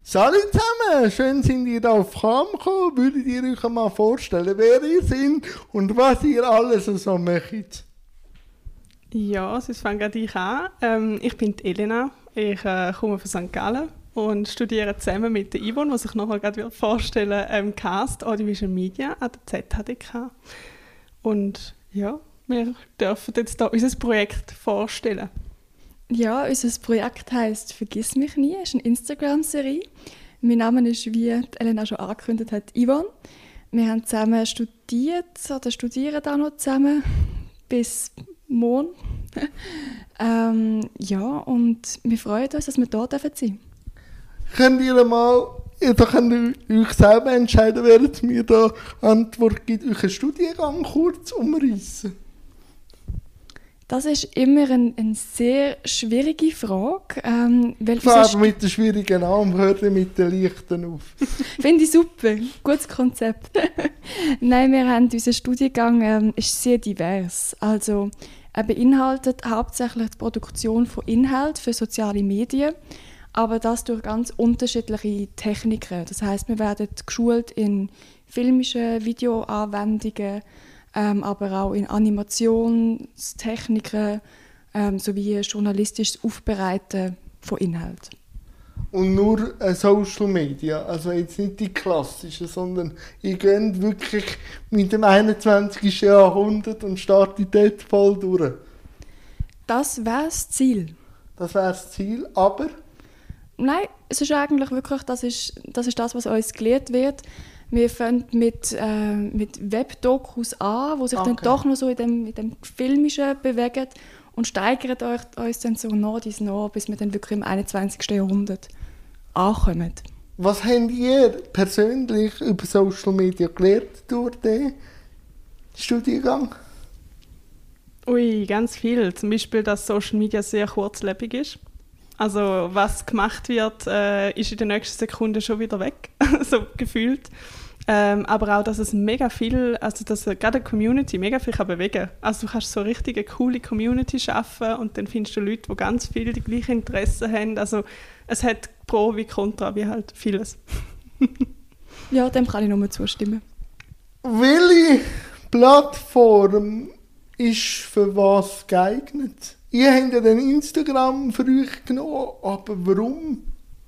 Salut zusammen, schön sind ihr da auf Cham gekommen. Würdet ihr euch mal vorstellen, wer ihr seid und was ihr alles so macht? Ja, sonst fange gerade ich an. Ich bin die Elena, ich komme von St. Gallen und studiere zusammen mit der Yvonne, was ich nachher gerade vorstellen Cast Audiovisual Media an der ZHDK. Und ja, wir dürfen jetzt hier unser Projekt vorstellen. Ja, unser Projekt heisst «Vergiss mich nie», ist eine Instagram-Serie. Mein Name ist, wie Elena schon angekündigt hat, Yvonne. Wir haben zusammen studiert oder studieren auch noch zusammen bis morgen. Ja, und wir freuen uns, dass wir hier sein dürfen. Könnt ihr euch selber entscheiden, während mir da Antwort gibt, euren Studiengang kurz umreißen? Das ist immer eine sehr schwierige Frage. Fahrt mit den schwierigen Namen, hört mit den leichten auf. Finde ich super, gutes Konzept. Nein, unser Studiengang ist sehr divers. Also, er beinhaltet hauptsächlich die Produktion von Inhalten für soziale Medien, aber das durch ganz unterschiedliche Techniken. Das heisst, wir werden geschult in filmischen Videoanwendungen, aber auch in Animationstechniken sowie journalistisches Aufbereiten von Inhalten. Und nur Social Media, also jetzt nicht die klassischen, sondern ihr geht wirklich mit dem 21. Jahrhundert und startet dort voll durch. Das wäre das Ziel. Das wäre das Ziel, aber? Nein, es ist eigentlich wirklich, das ist das, was uns gelehrt wird. Wir fangen mit Webdokus an, die sich dann doch noch so in dem Filmischen bewegen und steigern uns dann so nach, bis wir dann wirklich im 21. Jahrhundert ankommen. Was habt ihr persönlich über Social Media gelernt durch den Studiengang? Ui, ganz viel. Zum Beispiel, dass Social Media sehr kurzlebig ist. Also was gemacht wird, ist in der nächsten Sekunde schon wieder weg, so gefühlt. Aber auch, dass es mega viel, also dass gerade eine Community mega viel bewegen kann. Also du kannst so richtig eine coole Community schaffen und dann findest du Leute, die ganz viel die gleichen Interessen haben. Also es hat Pro wie Contra, wie halt vieles. Ja, dem kann ich nur zustimmen. Welche Plattform ist für was geeignet? Ihr habt ja den Instagram für euch genommen, aber warum?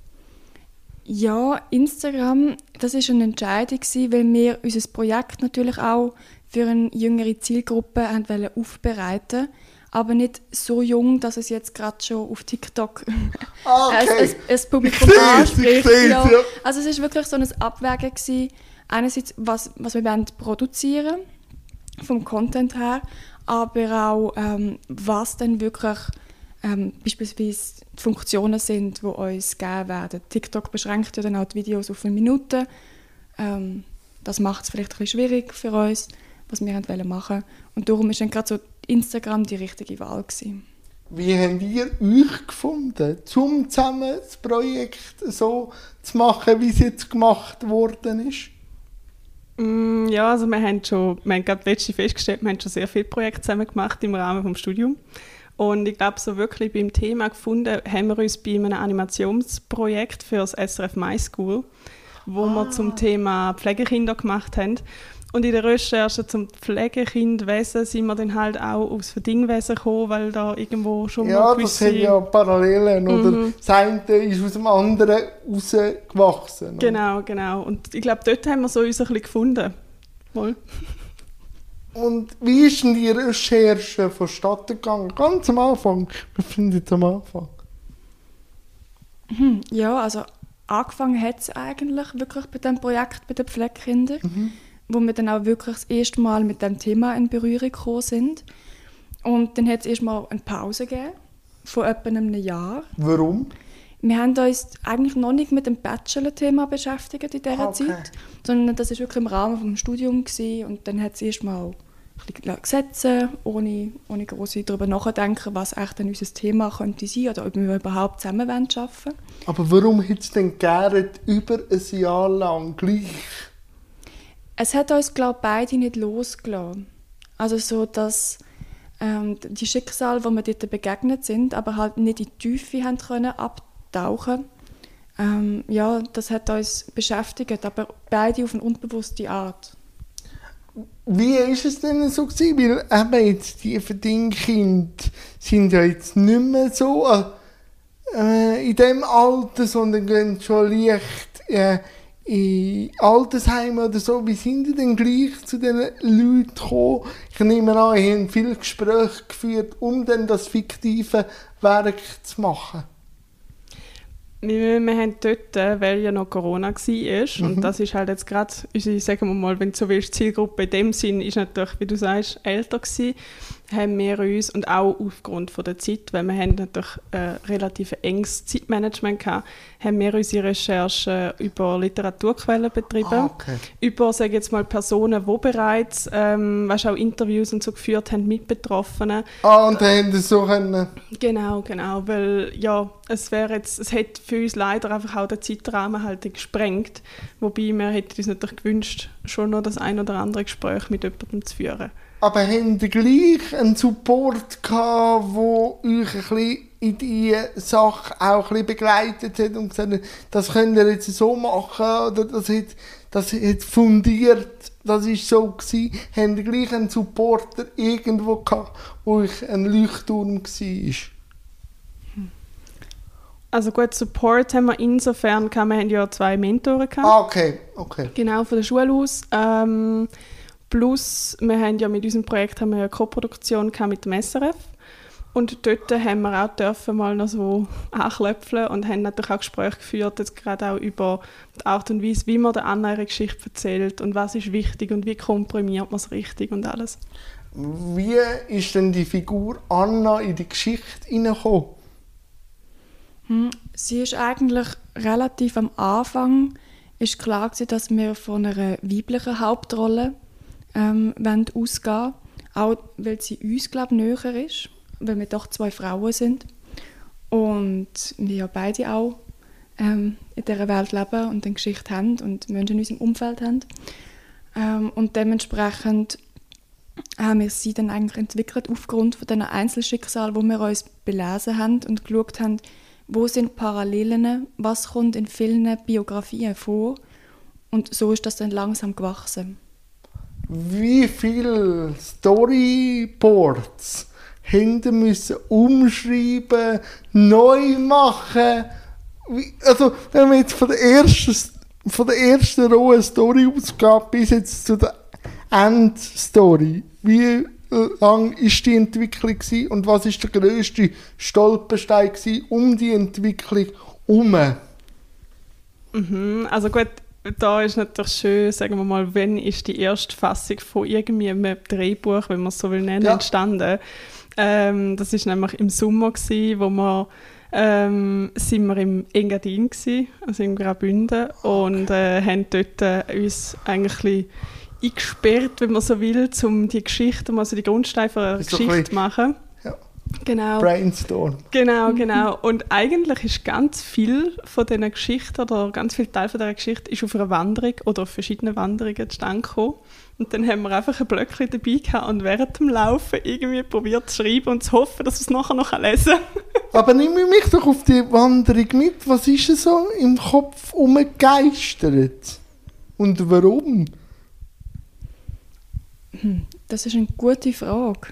Ja, Instagram, das war eine Entscheidung, weil wir unser Projekt natürlich auch für eine jüngere Zielgruppe aufbereiten wollten, aber nicht so jung, dass es jetzt gerade schon auf TikTok ein Publikum anspricht. Ja. Also es war wirklich so ein Abwägen gewesen. Einerseits, was wir produzieren wollen, vom Content her, aber auch, was dann wirklich beispielsweise die Funktionen sind, die uns gegeben werden. TikTok beschränkt ja dann auch die Videos auf 1 Minute. Das macht es vielleicht ein bisschen schwierig für uns, was wir machen wollten. Und darum war dann gerade so Instagram die richtige Wahl gewesen. Wie habt ihr euch gefunden, um zusammen das Projekt so zu machen, wie es jetzt gemacht worden ist? Ja, also wir haben gerade letztens festgestellt, wir haben schon sehr viele Projekte zusammen gemacht im Rahmen des Studiums. Und ich glaube, so wirklich beim Thema gefunden haben wir uns bei einem Animationsprojekt für das SRF My School, wo wir zum Thema Pflegekinder gemacht haben. Und in der Recherche zum Pflegekindwesen sind wir dann halt auch aufs Verdingwesen gekommen, weil da irgendwo schon mal gewisse... Ja, das sind ja Parallelen, oder das eine ist aus dem anderen rausgewachsen. Genau. Und ich glaube, dort haben wir so uns ein bisschen gefunden. Wohl. Und wie ist denn die Recherche vonstatten gegangen? Ganz am Anfang. Wir finden jetzt am Anfang. Ja, also angefangen hat es eigentlich wirklich bei diesem Projekt bei den Pflegekindern, wo wir dann auch wirklich das erste Mal mit dem Thema in Berührung gekommen sind. Und dann hat es erstmal eine Pause gegeben, von etwa einem Jahr. Warum? Wir haben uns eigentlich noch nicht mit dem Bachelor-Thema beschäftigt in dieser Zeit, sondern das war wirklich im Rahmen des Studiums und dann hat es erstmal ein bisschen gesetzt, ohne groß darüber nachzudenken, was echt dann unser Thema könnte sein oder ob wir überhaupt zusammen arbeiten wollen. Aber warum hat es denn gegärt über ein Jahr lang gleich? Es hat uns, glaube ich, beide nicht losgelassen. Also so, dass die Schicksale, die wir dort begegnet sind, aber halt nicht in die Tiefe haben können abtauchen. Ja, das hat uns beschäftigt, aber beide auf eine unbewusste Art. Wie war es denn so gewesen? Weil eben jetzt die Verdingkinder sind ja jetzt nicht mehr so in dem Alter, sondern gehen schon leicht in Altersheime oder so. Wie sind die denn gleich zu diesen Leuten gekommen? Ich nehme an, ihr habt viele Gespräche geführt, um dann das fiktive Werk zu machen. Wir haben dort, weil ja noch Corona war, und das ist halt jetzt gerade unsere, sagen wir mal, wenn du so willst, Zielgruppe in dem Sinn ist natürlich, wie du sagst, älter gewesen, haben wir uns, und auch aufgrund von der Zeit, weil wir haben natürlich relativ enges Zeitmanagement gehabt, haben wir unsere Recherchen über Literaturquellen betrieben, über, sage ich jetzt mal, Personen, die bereits auch Interviews und so geführt haben mit Betroffenen. Und haben das so können. Genau, weil ja, es hätte für uns leider einfach auch den Zeitrahmen halt gesprengt, wobei wir hätten uns natürlich gewünscht, schon noch das ein oder andere Gespräch mit jemandem zu führen. Aber habt ihr gleich einen Support gehabt, der euch ein bisschen in diese Sache auch ein bisschen begleitet hat und gesagt hat, das könnt ihr jetzt so machen oder das hat fundiert, das war so gewesen. Habt ihr gleich einen Supporter irgendwo gehabt, der euch ein Leuchtturm war? Also gut, Support haben wir insofern gehabt, wir haben ja 2 Mentoren gehabt. Okay. Genau, von der Schule aus. Plus, wir haben ja mit unserem Projekt eine Co-Produktion mit dem SRF. Und dort haben wir auch dürfen mal noch so anklopfen und haben natürlich auch Gespräche geführt, jetzt gerade auch über die Art und Weise, wie man der Anna ihre Geschichte erzählt und was ist wichtig und wie komprimiert man es richtig und alles. Wie ist denn die Figur Anna in die Geschichte hineingekommen? Sie ist eigentlich relativ am Anfang ist klar gewesen, dass wir von einer weiblichen Hauptrolle ausgehen wollen. Auch weil sie uns, glaube ich, näher ist, weil wir doch 2 Frauen sind. Und wir ja beide auch in dieser Welt leben und eine Geschichte haben und Menschen in unserem Umfeld haben. Und dementsprechend haben wir sie dann eigentlich entwickelt aufgrund von diesen Einzelschicksalen, wo wir uns belesen haben und geschaut haben, wo sind Parallelen, was kommt in vielen Biografien vor. Und so ist das dann langsam gewachsen. Wie viele Storyboards müssen umschreiben, neu machen? Also, wenn man jetzt von der ersten rohen Story ausgeht bis jetzt zu der Endstory, wie lang war die Entwicklung gewesen und was war der grösste Stolperstein gewesen um die Entwicklung herum? Also gut, da ist natürlich schön, sagen wir mal, wann ist die erste Fassung von irgendwie einem Drehbuch, wenn man es so will nennen, entstanden. Das war nämlich im Sommer gewesen, wo wir sind wir im Engadin gsi, also im Graubünden, und haben dort uns eigentlich eingesperrt, wenn man so will, um die Geschichte, also die Grundsteine für eine Geschichte zu machen. Ja. Genau. Brainstorm. Genau. Und eigentlich ist ganz viel von diesen Geschichten oder ganz viel Teil von dieser Geschichte ist auf einer Wanderung oder auf verschiedenen Wanderungen zustande gekommen. Und dann haben wir einfach ein Blöckchen dabei gehabt und während dem Laufen irgendwie probiert zu schreiben und zu hoffen, dass wir es nachher noch lesen kann. Aber nimm mich doch auf die Wanderung mit. Was ist denn so im Kopf umgegeistert? Und warum? Das ist eine gute Frage.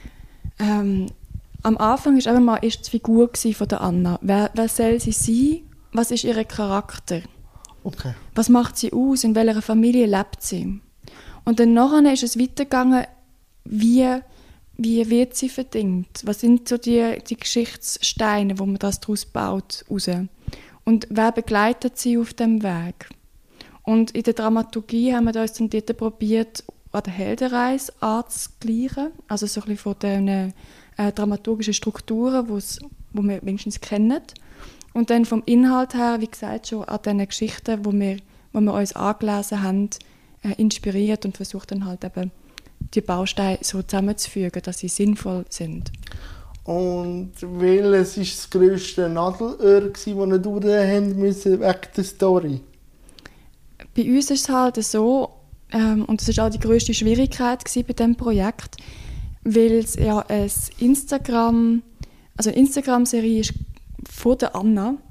Am Anfang ist eben mal die Figur von der Anna. Wer soll sie sein? Was ist ihr Charakter? Okay. Was macht sie aus? In welcher Familie lebt sie? Und dann nachher ist es weitergegangen, wie wird sie verdingt? Was sind so die Geschichtssteine, wo man das daraus baut, raus? Und wer begleitet sie auf dem Weg? Und in der Dramaturgie haben wir uns dann dort probiert, an der Heldenreise anzugleichen. Also so ein bisschen von den dramaturgischen Strukturen, die wir wenigstens kennen. Und dann vom Inhalt her, wie gesagt, schon an diesen Geschichten, wo wir uns angelesen haben, inspiriert und versucht dann halt eben die Bausteine so zusammenzufügen, dass sie sinnvoll sind. Und welches war das grösste Nadelöhr, das ihr durch müssen wegen der Story? Bei uns ist es halt so, und das war auch die grösste Schwierigkeit bei diesem Projekt, weil es ja eine Instagram-Serie ist von der Anna,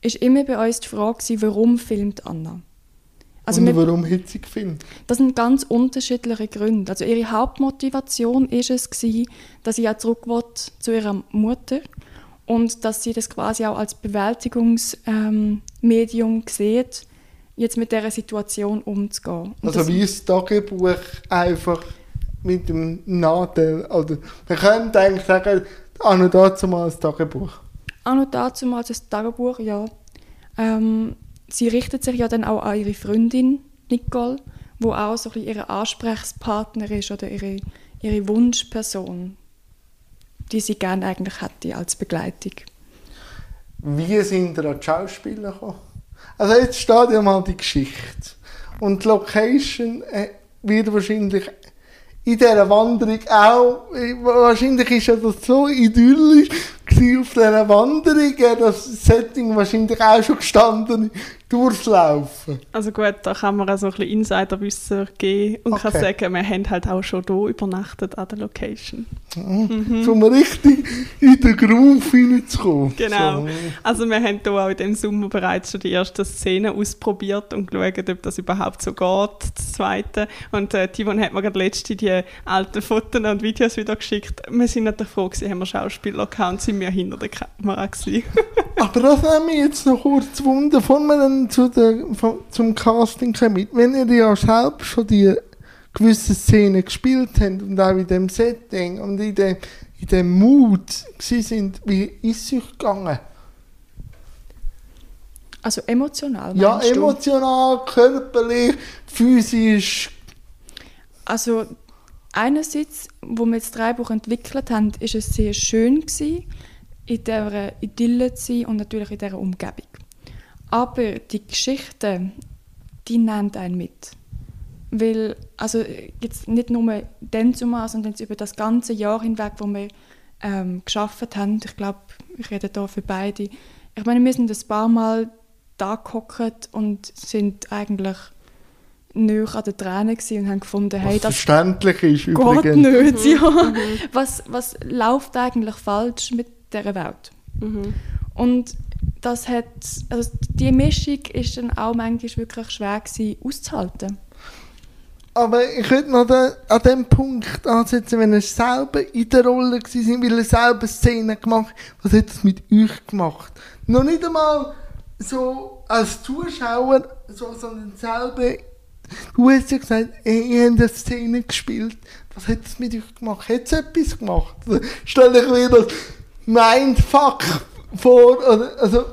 ist immer bei uns die Frage gewesen, warum filmt Anna? Also und warum hat sie gefilmt? Das sind ganz unterschiedliche Gründe. Also ihre Hauptmotivation war es gewesen, dass sie ja zurück will zu ihrer Mutter und dass sie das quasi auch als Bewältigungsmedium sieht, jetzt mit dieser Situation umzugehen. Und also wie das Tagebuch einfach mit dem Nadel, oder man könnte eigentlich sagen, noch dazu mal ein Tagebuch. Noch dazu mal ein Tagebuch, ja. Sie richtet sich ja dann auch an ihre Freundin Nicole, die auch so ein bisschen ihre Ansprechpartner ist oder ihre Wunschperson, die sie gerne eigentlich hätte als Begleitung. Wie sind ihr an die Schauspieler gekommen? Also jetzt steht ja mal die Geschichte. Und die Location wird wahrscheinlich in dieser Wanderung auch, wahrscheinlich ist ja das so idyllisch auf dieser Wanderung, das Setting wahrscheinlich auch schon gestanden, durchlaufen. Also gut, da kann man auch so ein bisschen Insiderwissen geben und kann sagen, wir haben halt auch schon hier übernachtet an der Location. Um richtig in den Groove hineinzukommen. Genau. So. Also wir haben hier auch in diesem Sommer bereits schon die ersten Szenen ausprobiert und geschaut, ob das überhaupt so geht, das Zweite. Und Tivon hat mir gerade letztens die alten Fotos und Videos wieder geschickt. Wir sind natürlich froh gewesen, haben wir Schauspieler gehabt und sind wir hinter der Kamera gewesen. Aber das haben wir jetzt noch kurz Wunder, bevor wir dann zum Casting kommen. Wenn ihr ja selbst schon die gewissen Szenen gespielt habt und auch in dem Setting und in dem Mood sind, wie ist es euch gegangen? Also emotional, ja, meinst du? Emotional, körperlich, physisch. Also einerseits, wo wir jetzt 3 Wochen entwickelt haben, ist es sehr schön gewesen, in dieser Idylle zu sein und natürlich in dieser Umgebung. Aber die Geschichten, die nehmen einen mit. Weil, also jetzt nicht nur dann zumal, sondern über das ganze Jahr hinweg, wo wir gearbeitet haben, ich glaube, ich rede da für beide. Ich meine, wir sind ein paar Mal da gehockt und sind eigentlich nahe an den Tränen und haben gefunden, hey, das verständlich ist geht übrigens. nicht. Ja. Was läuft eigentlich falsch mit dieser Welt? Und das hat, also die Mischung ist dann auch manchmal wirklich schwer gewesen, auszuhalten. Aber ich könnte noch an dem Punkt ansetzen, wenn ihr selber in der Rolle war, weil ihr selber Szenen gemacht habt. Was hat das mit euch gemacht? Noch nicht einmal so als Zuschauer, sondern selber. Du hast ja gesagt, ihr habt eine Szene gespielt. Was hat das mit euch gemacht? Hat es etwas gemacht? Stell dich mir das Mindfuck vor. Also.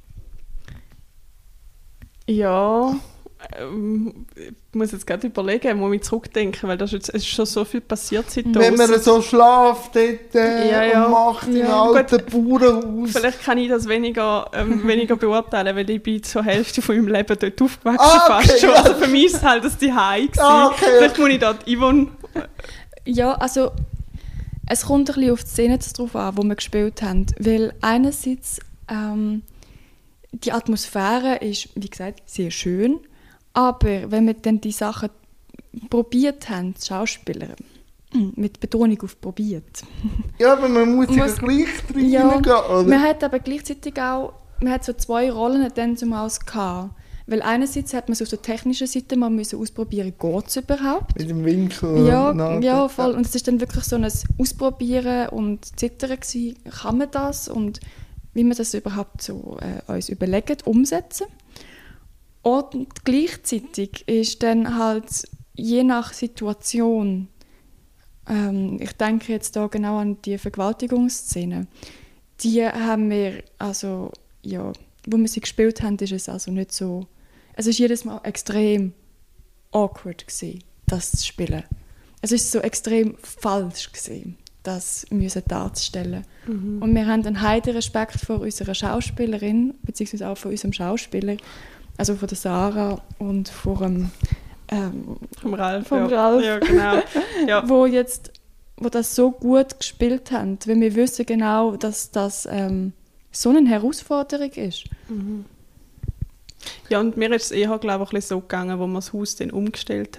Ja, ich muss jetzt gerade überlegen, muss ich zurückdenken, weil es ist schon so viel passiert seitdem. Wenn man so schlaft dort und macht in alten Bauernhaus. Vielleicht kann ich das weniger beurteilen, weil ich bin zur Hälfte von meinem Leben dort aufgewachsen fast schon. Also für mich ist es halt das Zuhause gewesen. Vielleicht muss ich dort Yvonne... Ja, also es kommt ein bisschen auf die Szene drauf an, die wir gespielt haben. Weil einerseits die Atmosphäre ist, wie gesagt, sehr schön. Aber wenn wir dann die Sachen probiert haben, die Schauspieler, mit Betonung auf probiert. Ja, aber man muss ja gleich reingehen, oder? Man hat aber gleichzeitig auch, man hat so 2 Rollen dann zumal gehabt. Weil einerseits hat man so auf der technischen Seite mal ausprobieren, geht es überhaupt? Mit dem Winkel. Ja, voll. Und es ist dann wirklich so ein Ausprobieren und Zittern gewesen. Kann man das? Und wie man das überhaupt so uns überlegen, umsetzen. Und gleichzeitig ist dann halt je nach Situation, ich denke jetzt da genau an die Vergewaltigungsszene, die haben wir, also ja, wo wir sie gespielt haben, ist es also nicht so, es ist jedes Mal extrem awkward gewesen, das zu spielen. Es ist so extrem falsch gewesen, das darzustellen. Und wir haben einen heiden Respekt vor unserer Schauspielerin, beziehungsweise auch vor unserem Schauspieler, also von der Sarah und vom Ralf. Ja, genau. Ja. wo das so gut gespielt haben, weil wir wissen genau, dass das so eine Herausforderung ist. Ja, und mir ist es eher, glaube ich, so gegangen, wo wir das Haus dann umgestellt haben.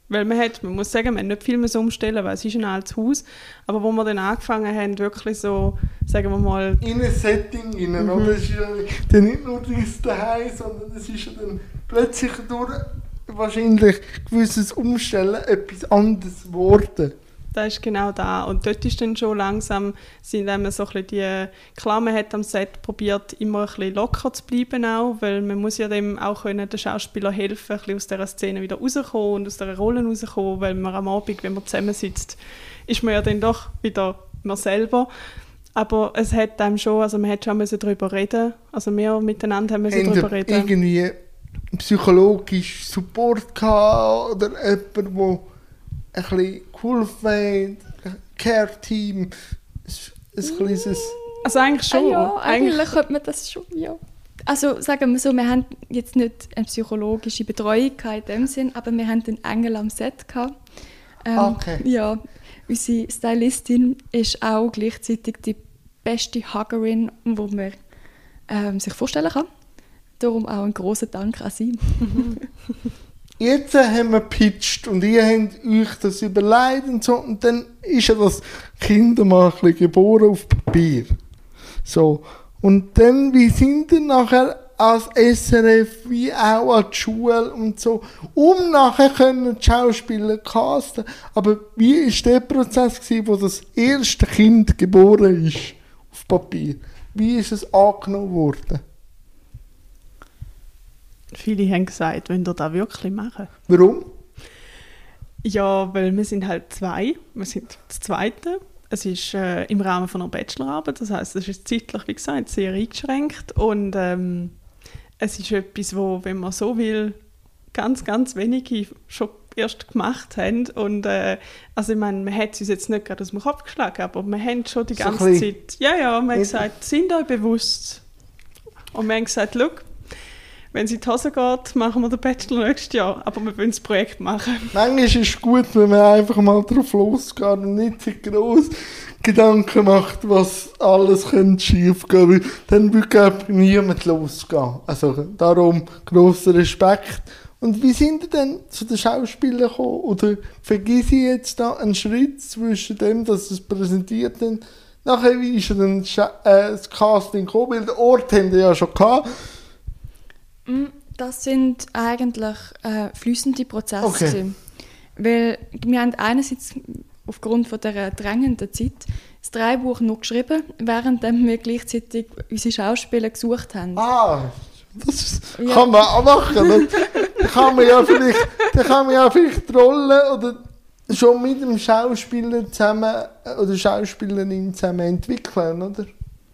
Weil man muss sagen, wir haben nicht viel mehr umstellen, weil es ist ein altes Haus. Aber wo wir dann angefangen haben, wirklich so, sagen wir mal... In ein Setting rein, oder? Das ist ja dann nicht nur das Daheim, sondern es ist ja dann plötzlich durch wahrscheinlich gewisses Umstellen etwas anderes geworden. Das ist genau da. Und dort ist dann schon langsam, sind dann so ein bisschen die... Klar, man hat am Set probiert, immer ein bisschen locker zu bleiben auch, weil man muss ja dem auch können, den Schauspielern helfen, ein bisschen aus dieser Szene wieder rauszukommen und aus dieser Rolle rauszukommen, weil man am Abend, wenn man zusammensitzt, ist man ja dann doch wieder man selber. Aber es hat einem schon, also man hat schon darüber reden, also wir miteinander haben darüber reden. Irgendwie psychologisch Support gehabt oder jemand, der ein bisschen geholfen hat, ein Care-Team, ein kleines... Also eigentlich schon. Ja, eigentlich könnte man das schon, ja. Also sagen wir so, wir haben jetzt nicht eine psychologische Betreuung in dem Sinn, aber wir haben einen Engel am Set gehabt. Okay. Ja, unsere Stylistin ist auch gleichzeitig die beste Huggerin, die man sich vorstellen kann. Darum auch ein grosser Dank an sie. Jetzt haben wir gepitcht und ihr habt euch das überlegt und so. Und dann ist ja das Kind mal ein bisschen geboren auf Papier. So. Und dann, wie sind ihr nachher als SRF, wie auch an die Schule und so, um nachher können die Schauspieler casten. Aber wie war der Prozess gewesen, wo das erste Kind geboren ist auf Papier? Wie ist es angenommen worden? Viele haben gesagt, wollen ihr das wirklich machen? Warum? Ja, weil wir sind halt zwei. Wir sind das Zweite. Es ist im Rahmen von einer Bachelorarbeit. Das heisst, es ist zeitlich, wie gesagt, sehr eingeschränkt. Und es ist etwas, wo, wenn man so will, ganz, ganz wenige schon erst gemacht haben. Und also ich meine, man hat es uns jetzt nicht gerade aus dem Kopf geschlagen, aber wir haben schon die ganze Zeit... Ja, wir haben gesagt, sind euch bewusst. Und wir haben gesagt, schau, wenn es in die Hose geht, machen wir den Bachelor nächstes Jahr. Aber wir wollen das Projekt machen. Manchmal ist es gut, wenn man einfach mal drauf losgeht und nicht so gross Gedanken macht, was alles schief gehen könnte. Dann würde niemand losgehen. Also darum grosser Respekt. Und wie sind ihr denn zu den Schauspielern gekommen? Oder vergiss ich jetzt da einen Schritt zwischen dem, dass es präsentiert haben? Nachher, wie ist dann das Casting gekommen? Weil den Ort haben wir ja schon gehabt. Das sind eigentlich fließende Prozesse. Okay. Weil wir haben einerseits aufgrund von dieser drängenden Zeit das Drehbuch noch geschrieben, während wir gleichzeitig unsere Schauspieler gesucht haben. Ah, das kann man auch machen. Da kann man ja vielleicht die Rolle oder schon mit dem Schauspieler zusammen oder Schauspielerin zusammen entwickeln, oder?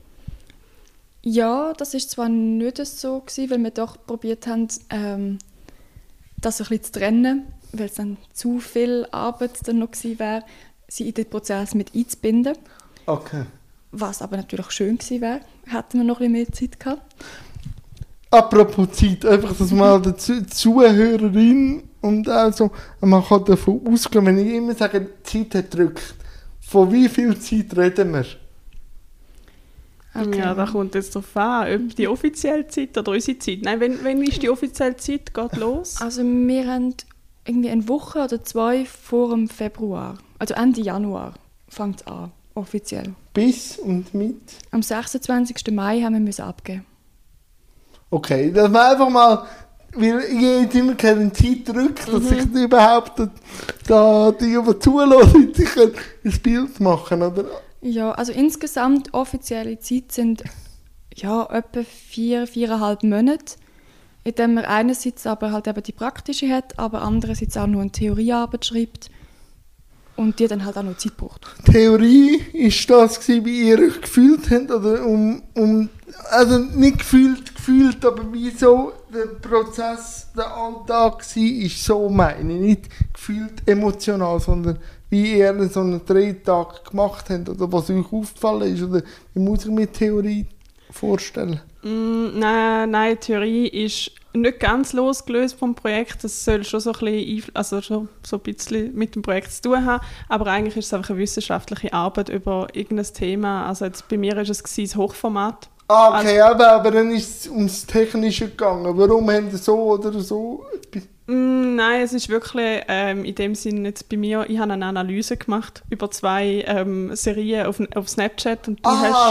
Ja, das ist zwar nicht so gewesen, weil wir doch probiert haben, das ein bisschen zu trennen, weil es dann zu viel Arbeit dann noch gewesen wäre, sie in den Prozess mit einzubinden. Okay. Was aber natürlich schön gewesen wäre, hätten wir noch ein bisschen mehr Zeit gehabt. Apropos Zeit, einfach, dass man die Zuhörerin und also, man kann davon ausgehen, wenn ich immer sage, die Zeit hat gedrückt, von wie viel Zeit reden wir? Okay. Ja, da kommt jetzt darauf an, ob die offizielle Zeit oder unsere Zeit. Nein, wenn ist die offizielle Zeit? Geht los? Also wir haben irgendwie eine Woche oder zwei vor dem Februar, also Ende Januar, fängt es an, offiziell. Bis und mit? Am 26. Mai haben wir abgeben. Okay, dass man einfach mal, weil ich hätte immer keine Zeit drückt, dass ich überhaupt da die zulassen, sich ein Bild machen, oder? Ja, also insgesamt offizielle Zeit sind ja etwa 4,5 Monate, in dem man einerseits aber halt eben die praktische hat, aber andererseits auch noch eine Theoriearbeit schreibt und die dann halt auch noch Zeit braucht. Theorie, ist das gewesen, wie ihr euch gefühlt habt? Oder also nicht gefühlt, aber wieso der Prozess, der Alltag war, ist so meine ich. Nicht gefühlt emotional, sondern wie ihr so einen Drehtag gemacht habt oder was euch aufgefallen ist. Oder wie muss ich mir Theorie vorstellen? Nein, Theorie ist nicht ganz losgelöst vom Projekt. Das soll schon so ein bisschen mit dem Projekt zu tun haben. Aber eigentlich ist es einfach eine wissenschaftliche Arbeit über irgendein Thema. Also jetzt bei mir war es das Hochformat. Okay, aber dann ist es ums Technische gegangen. Warum haben Sie so oder so? Nein, es ist wirklich in dem Sinne jetzt bei mir, ich habe eine Analyse gemacht über 2 Serien auf Snapchat und die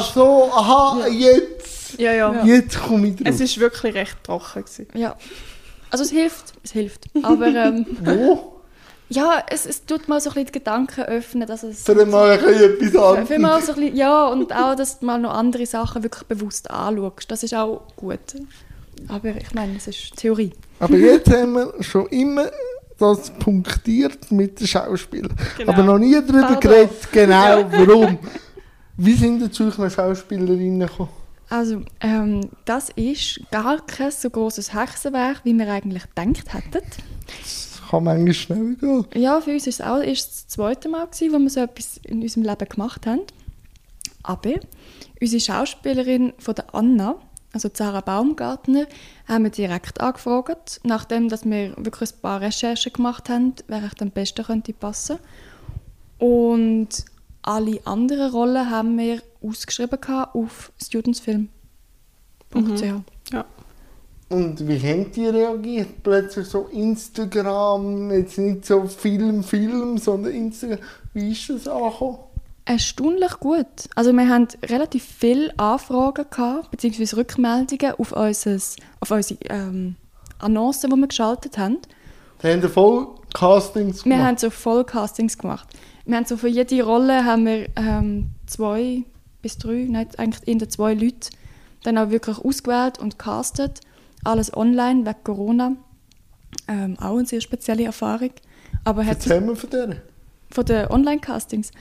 jetzt! Ja. Jetzt komme ich drauf. Es ist wirklich recht trocken gewesen. Ja. Also es hilft. Aber Wo? ja, es tut mal so ein bisschen die Gedanken öffnen, dass es... Für mal etwas anderes. Für mal so ein bisschen, ja, und auch, dass du mal noch andere Sachen wirklich bewusst anschaust. Das ist auch gut. Aber ich meine, es ist Theorie. Aber jetzt haben wir schon immer das punktiert mit den Schauspielern. Genau. Aber noch nie darüber geredet, genau warum. Wie sind die Zürcher Schauspielerinnen gekommen? Also, das ist gar kein so grosses Hexenwerk, wie wir eigentlich gedacht hätten. Das kann manchmal schnell gehen. Ja, für uns war es auch erst das zweite Mal, wo wir so etwas in unserem Leben gemacht haben. Aber unsere Schauspielerin von der Anna, also Sarah Baumgartner, haben wir direkt angefragt, nachdem dass wir wirklich ein paar Recherchen gemacht haben, wer echt am besten könnte passen. Und alle anderen Rollen haben wir ausgeschrieben auf studentsfilm.ch. Ja. Und wie haben die reagiert? Plötzlich so Instagram, jetzt nicht so Film, sondern Instagram. Wie ist das angekommen? Erstaunlich gut. Also wir haben relativ viele Anfragen gehabt, beziehungsweise Rückmeldungen auf unsere Annoncen, die wir geschaltet haben. Die haben voll Castings gemacht? Wir haben so voll Castings gemacht. Wir haben so für jede Rolle haben wir 2 bis 3, nein, eigentlich eher 2 Leute dann auch wirklich ausgewählt und castet. Alles online, wegen Corona. Auch eine sehr spezielle Erfahrung. Aber Erzähl mir von denen. Von den Online-Castings.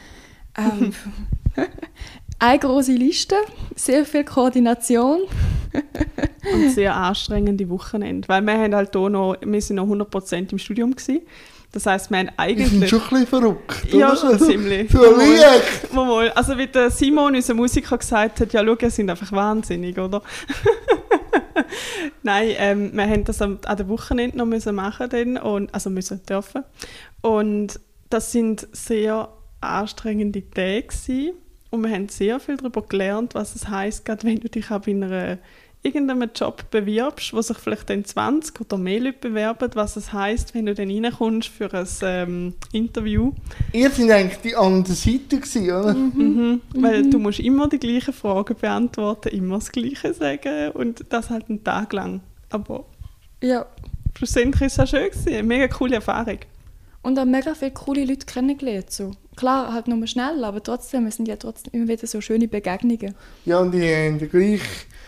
Eine grosse Liste, sehr viel Koordination. Und sehr anstrengende Wochenende. Weil wir haben halt hier noch, wir sind noch 100% im Studium gewesen. Das heisst, wir haben Die eigentlich... sind schon ein bisschen verrückt, Ja, oder? schon ziemlich. So leicht. Mal. Also wie der Simon, unser Musiker, gesagt hat, ja schau, ihr seid einfach wahnsinnig, oder? Nein, wir haben das an der Wochenende noch müssen machen dann, und, also müssen dürfen. Und das sind sehr anstrengende Tage gewesen. Und wir haben sehr viel darüber gelernt, was es heisst, gerade wenn du dich auch bei irgendeinem Job bewirbst, wo sich vielleicht dann 20 oder mehr Leute bewerben, was es heisst, wenn du dann reinkommst für ein Interview. Ihr seid eigentlich die andere Seite gewesen, oder? Weil du musst immer die gleichen Fragen beantworten, immer das Gleiche sagen und das halt einen Tag lang. Aber Ja. schlussendlich war es auch schön gewesen, eine mega coole Erfahrung. Und auch mega viele coole Leute kennengelernt. So. Klar, halt nur schnell, aber trotzdem, es sind ja trotzdem immer wieder so schöne Begegnungen. Ja, und die haben den gleichen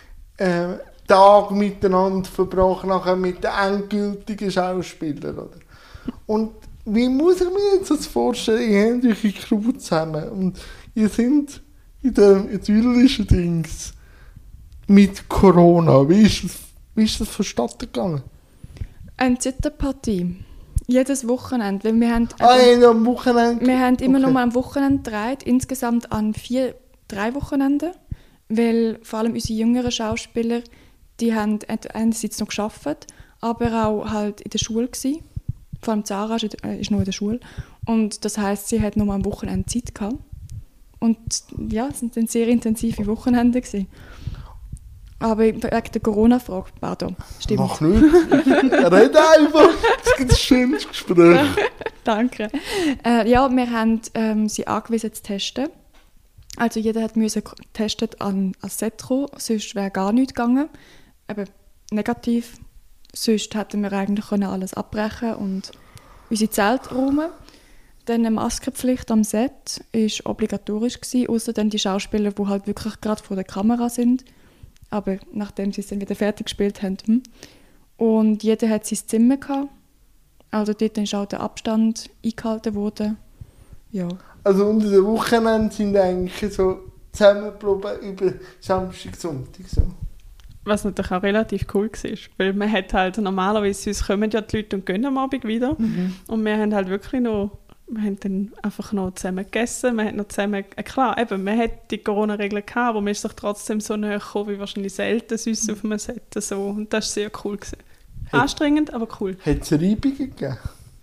Tag miteinander verbracht, nachher mit den endgültigen Schauspielern, oder? Und wie muss ich mir jetzt das vorstellen? Ihr habt eure Crew zusammen und ihr seid in den idyllischen Dings mit Corona. Wie ist das vonstatten gegangen? Eine Zitterpartie. Jedes Wochenende. Weil wir haben, Am Wochenende? wir haben immer Okay. nur am Wochenende gedreht, insgesamt an 3 Wochenenden. Weil vor allem unsere jüngeren Schauspieler, die haben einerseits noch gearbeitet, aber auch halt in der Schule gewesen. Vor allem Sarah ist noch in der Schule. Und das heisst, sie hat nur am Wochenende Zeit gehabt. Und ja, es waren dann sehr intensive Wochenende gewesen. Aber wegen der Corona-Frage, pardon, stimmt. Mach nicht. Red einfach. Das gibt ein schönes Gespräch. Danke. Ja, wir haben sie angewiesen zu testen. Also jeder musste getestet an Setro, sonst wäre gar nichts gegangen. Aber negativ. Sonst hätten wir eigentlich alles abbrechen und unsere Zelte räumen. Dann eine Maskenpflicht am Set war obligatorisch, außer dann die Schauspieler, die halt wirklich gerade vor der Kamera sind. Aber nachdem sie es dann wieder fertig gespielt haben. Und jeder hat sein Zimmer gehabt. Also dort ist auch der Abstand eingehalten worden. Ja. Also unter den Wochenenden sind eigentlich so zusammengeblieben über Samstag, Sonntag. So. Was natürlich auch relativ cool war, weil man hat halt normalerweise, uns kommen ja die Leute und gehen am Abend wieder. Und wir haben halt wirklich noch, wir haben dann einfach noch zusammen gegessen, wir haben noch zusammen, klar, eben, man hat die Corona-Regeln gehabt, aber man ist doch trotzdem so näher gekommen, wie wahrscheinlich selten sonst auf einem Set. So. Und das war sehr cool gewesen. Anstrengend, aber cool. Hat es Reibungen gegeben?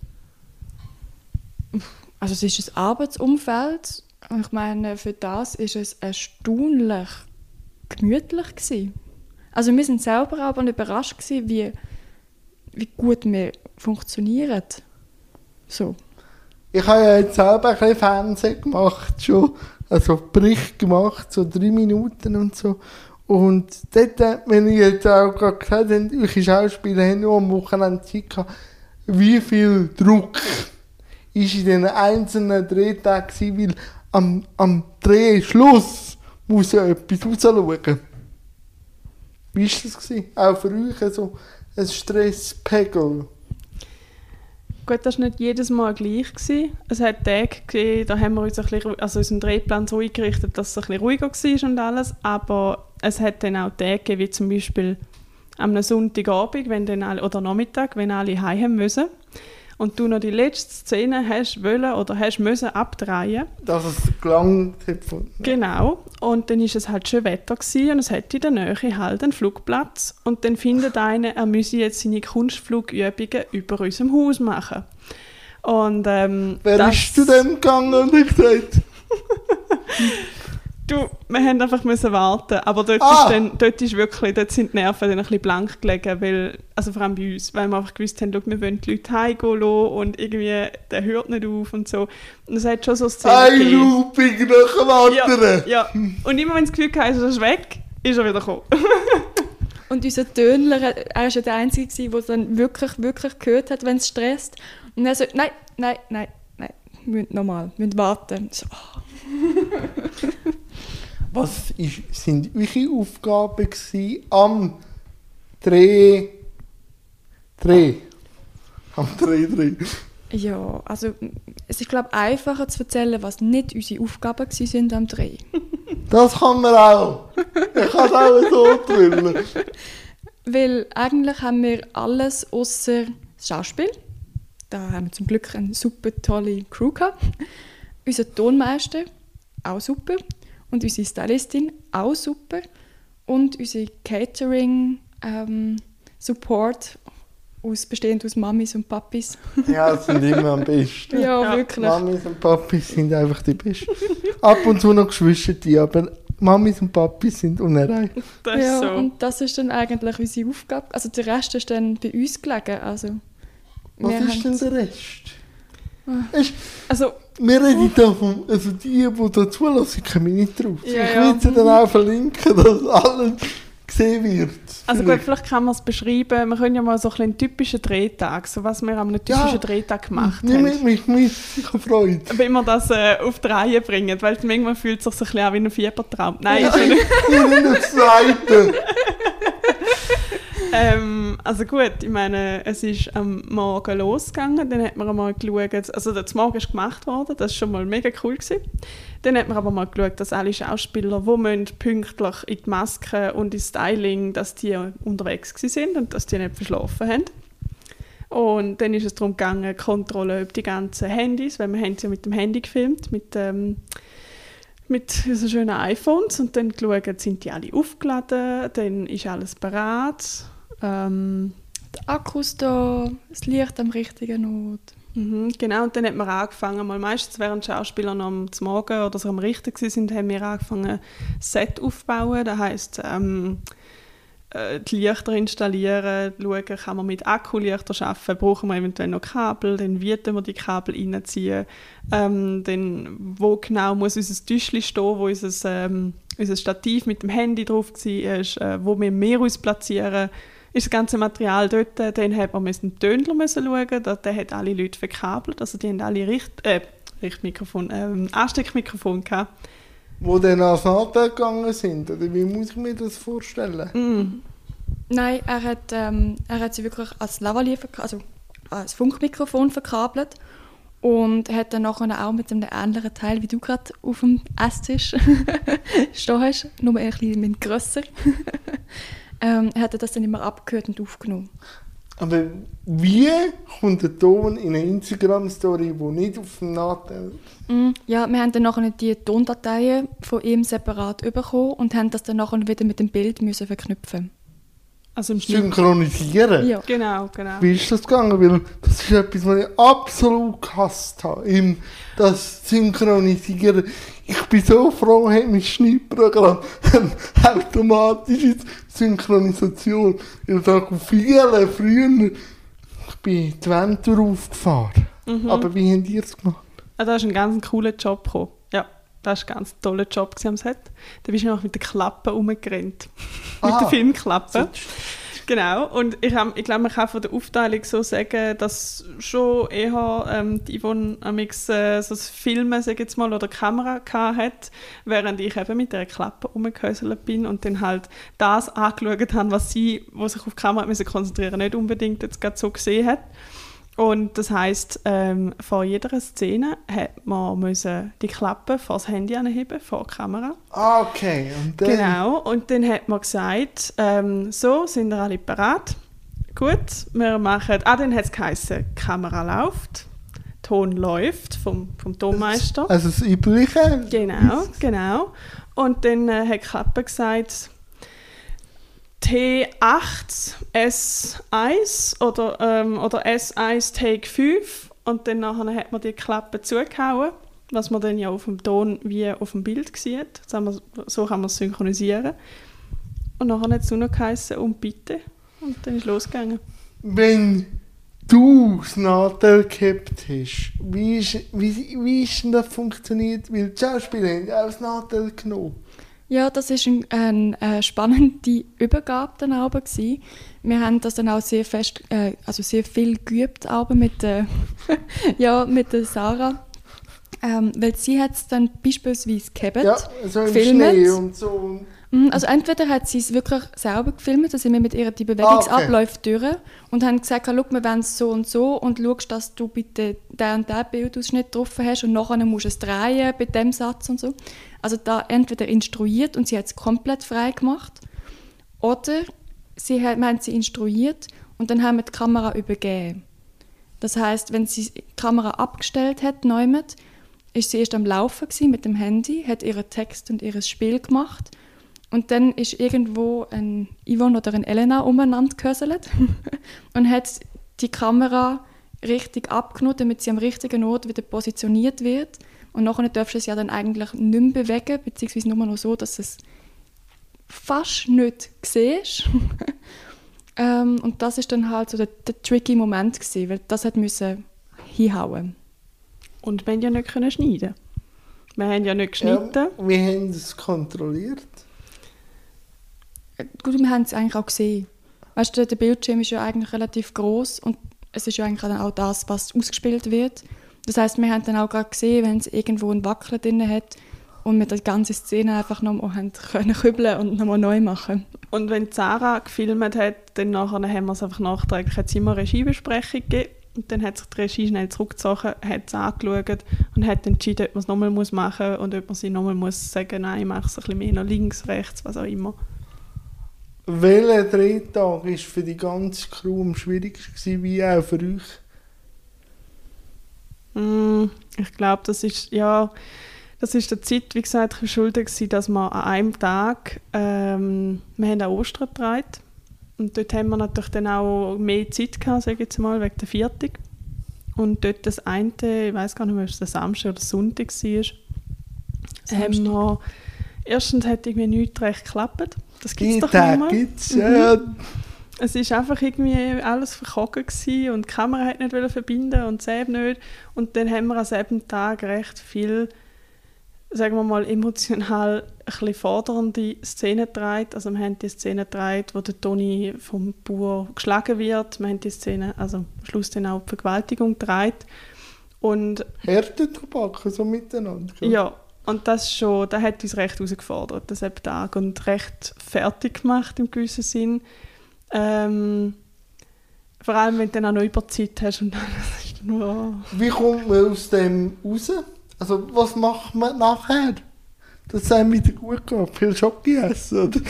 Also es ist ein Arbeitsumfeld. Ich meine, für das war es erstaunlich gemütlich gewesen. Also wir sind selber aber überrascht gewesen, wie gut wir funktionieren. So. Ich habe ja jetzt selber ein bisschen Fernsehen gemacht, schon. Also Bericht gemacht, so 3 Minuten und so. Und dort, wenn ich jetzt auch gerade gesagt habe, welche Schauspieler haben nur am Wochenende Zeit gehabt, wie viel Druck ist in den einzelnen Drehtagen gewesen, weil am Drehschluss muss ja etwas rausschauen. Wie war das gewesen? Auch für euch so ein Stresspegel? Gut, das war nicht jedes Mal gleich gewesen. Es hat Tage gegeben, da haben wir uns unseren Drehplan so eingerichtet, dass es ein bisschen ruhiger war und alles. Aber es hat dann auch Tage gegeben, wie zum Beispiel am Sonntagabend oder Nachmittag, wenn alle heim haben müssen. Und du noch die letzte Szene hast wollen oder hast müssen abdrehen. Dass es gelangt hat. Genau. Und dann war es halt schön Wetter gewesen, und es hat in der Nähe halt einen Flugplatz. Und dann findet einer, er müsse jetzt seine Kunstflugübungen über unserem Haus machen. Und, wer ist zu dem gegangen und hat gesagt? Wir haben einfach müssen warten, aber dort sind die Nerven dann ein bisschen blank gelegen, weil, also vor allem bei uns, weil wir einfach gewusst haben, wir wollen die Leute heimgehen lassen und irgendwie, der hört nicht auf und so. Und es hat schon so Szenen gegeben. Ein Looping nach dem anderen. Ja. Und immer wenn das Gefühl hatte, er ist weg, ist er wieder gekommen. Und unser Tönler, er war ja der Einzige, der dann wirklich gehört hat, wenn es stresst. Und er so, nein, wir müssen nochmal, wir müssen warten. So, Was sind eure Aufgaben am Dreh? Am Dreh. Ja, also es ist, glaube ich, einfacher zu erzählen, was nicht unsere Aufgaben waren am Dreh. Das kann man auch. Ich kann es auch so drüllen. Weil eigentlich haben wir alles außer das Schauspiel. Da haben wir zum Glück eine super tolle Crew gehabt. Unser Tonmeister, auch super. Und unsere Stylistin, auch super. Und unsere Catering-Support, bestehend aus Mamis und Papis. Ja, das sind immer am besten. Ja, wirklich. Mamis und Papis sind einfach die besten. Ab und zu noch Geschwister, aber Mamis und Papis sind unerreicht. Das ist so. Und das ist dann eigentlich unsere Aufgabe. Also der Rest ist dann bei uns gelegen. Also, was ist denn der Rest? Also, wir reden davon, also die da zulassen, kommen nicht drauf. Ja, ich will sie dann auch verlinken, dass alles gesehen wird. Also gut, vielleicht kann man es beschreiben. Wir können ja mal so einen typischen Drehtag, so was wir an einem typischen Drehtag gemacht haben. Nimm mich mit, ich habe Freude. Wenn wir das auf die Reihe bringen, weil manchmal fühlt es sich so ein bisschen an wie ein Fiebertraum. Nein, ich bin der Zweite. Also gut, ich meine, es ist am Morgen losgegangen, dann hat man einmal geschaut, also das Morgen ist gemacht worden, das war schon mal mega cool gewesen. Dann hat man aber mal geschaut, dass alle Schauspieler, die pünktlich in die Maske und ins Styling, dass die unterwegs sind und dass die nicht verschlafen haben. Und dann ist es darum gegangen, Kontrolle über die ganzen Handys, weil wir haben sie ja mit dem Handy gefilmt, mit so schönen iPhones, und dann geschaut, sind die alle aufgeladen, dann ist alles bereit. Der Akku ist da, das Licht am richtigen Ort. Genau, und dann hat man angefangen, meistens während Schauspieler noch am Morgen oder so am Richten waren, haben wir angefangen, Set aufzubauen. Das heisst, die Lichter installieren, schauen, kann man mit Akkulichter arbeiten, brauchen wir eventuell noch Kabel, dann wie wir die Kabel reinziehen, dann wo genau muss unser Tischchen stehen, wo unser Stativ mit dem Handy drauf war, wo wir uns platzieren, ist das ganze Material dort. Dann hat man den Tönler schauen, der hat alle Leute verkabelt, also die haben alle Ansteckmikrofon gehabt. Wo dann ans Nachteil gegangen sind, oder wie muss ich mir das vorstellen? Nein, er hat sie wirklich als Lavalier, also als Funkmikrofon verkabelt und hat dann nachher auch mit einem ähnlichen Teil, wie du gerade auf dem Esstisch stehen hast, nur ein bisschen grösser, hat er das dann immer abgehört und aufgenommen. Aber wie kommt der Ton in eine Instagram-Story, die nicht auf dem Nachteil ist? Ja, wir haben dann nachher die Tondateien von ihm separat bekommen und haben das dann nachher wieder mit dem Bild müssen verknüpfen. Also im Synchronisieren? Ja. Genau. Wie ist das gegangen? Weil das ist etwas, was ich absolut gehasst habe. Das Synchronisieren. Ich bin so froh, hat mein Schnittprogramm eine automatische Synchronisation. Weil da viele früher bin die Ventur aufgefahren. Aber wie habt ihr es gemacht? Da ist ein ganz cooler Job gekommen. Ja, das war ein ganz toller Job am Set. Da bist du noch mit der Klappe rumgerannt. Mit der Filmklappe. Genau, und ich glaube, man kann von der Aufteilung so sagen, dass schon eher die Yvonne amix so das Filmen, sag ich jetzt mal, oder Kamera hat, während ich eben mit dieser Klappe rumgehäuselt bin und dann halt das angeschaut habe, was sich auf die Kamera konzentrieren musste, nicht unbedingt jetzt gerade so gesehen hat. Und das heisst, vor jeder Szene hat man die Klappe vor das Handy anheben, vor die Kamera. Ah, okay. Und dann? Genau, und dann hat man gesagt, so, sind wir alle bereit? Gut, wir machen... dann hat es geheißen, die Kamera läuft, Ton läuft vom Tonmeister. Also das Übliche? Genau. Und dann hat die Klappe gesagt... T8 S1 oder S1 Take 5 und dann nachher hat man die Klappe zugehauen, was man dann ja auf dem Ton wie auf dem Bild sieht. So kann man es synchronisieren. Und nachher hat es nur noch geheißen, und bitte. Und dann ist es losgegangen. Wenn du das Nadel gehabt hast, wie ist denn das funktioniert? Weil die Schauspieler haben auch das Nadel genommen. Ja, das war eine spannende Übergabe dann aber gewesen. Wir haben das dann auch sehr viel geübt mit der Sarah. Weil sie hat es dann beispielsweise gehabt, ja, so im Schnee und so. Also entweder hat sie es wirklich selber gefilmt, da sind wir mit ihr die Bewegungsabläufe durch und haben gesagt, schau, wir wollen es so und schaust, dass du bitte den und den Bildausschnitt drauf hast und nachher musst du es drehen bei dem Satz und so. Also da entweder instruiert und sie hat es komplett frei gemacht oder wir haben sie instruiert und dann haben wir die Kamera übergeben. Das heisst, wenn sie die Kamera abgestellt hat, ist sie erst am Laufen gewesen mit dem Handy, hat ihren Text und ihr Spiel gemacht. Und dann ist irgendwo ein Yvonne oder ein Elena umeinander gehöselt und hat die Kamera richtig abgenommen, damit sie am richtigen Ort wieder positioniert wird. Und nachher darfst du es ja dann eigentlich nicht mehr bewegen, beziehungsweise nur noch so, dass es fast nicht siehst. Und das ist dann halt so der tricky Moment gewesen, weil das musste hinhauen. Und wir haben ja nicht schneiden. Wir haben ja nicht geschnitten. Ja, wir haben es kontrolliert. Gut, wir haben es eigentlich auch gesehen. Weißt du, der Bildschirm ist ja eigentlich relativ gross und es ist ja eigentlich dann auch das, was ausgespielt wird. Das heisst, wir haben dann auch gerade gesehen, wenn es irgendwo einen Wackel drin hat und wir die ganze Szene einfach nochmal können kübeln und nochmal neu machen. Und wenn Sarah gefilmt hat, dann nachher haben wir es einfach nachträglich, hat es immer eine Regiebesprechung gegeben. Und dann hat sich die Regie schnell zurückgezogen, hat es angeschaut und hat entschieden, ob man es nochmal machen muss und ob man sie nochmal sagen muss, nein, ich mache es ein bisschen mehr nach links, rechts, was auch immer. Welcher Drehtag war für die ganze Crew am schwierigsten, wie auch für euch? Ich glaube, das ist der Zeit, wie gesagt, geschuldet gewesen, dass wir an einem Tag, wir haben an Ostern gedreht. Und dort haben wir natürlich dann auch mehr Zeit gehabt, sage ich jetzt mal, wegen der Viertig. Und dort das eine, ich weiss gar nicht mehr, ob es der Samstag oder Sonntag war, haben wir, erstens hat irgendwie nichts recht geklappt. Das gibt es doch nicht mehr. Gibt's, ja. Es war einfach irgendwie alles verkogen gewesen und die Kamera hat nicht verbinden und das nicht. Und dann haben wir an selben Tag recht viel, sagen wir mal, emotional ein bisschen fordernde Szenen gedreht. Also wir haben die Szene gedreht, wo der Toni vom Bauer geschlagen wird. Wir haben die Szene, also am Schluss dann auch die Vergewaltigung gedreht. Und Härtetobak, so miteinander. Ja, und das hat uns recht herausgefordert, das Tag, und recht fertig gemacht im gewissen Sinn. Vor allem, wenn du dann auch noch Überzeit hast und dann ist nur... Wie kommt man aus dem raus? Also, was macht man nachher? Dass es einem wieder gut geht? Viel Schoki essen, oder?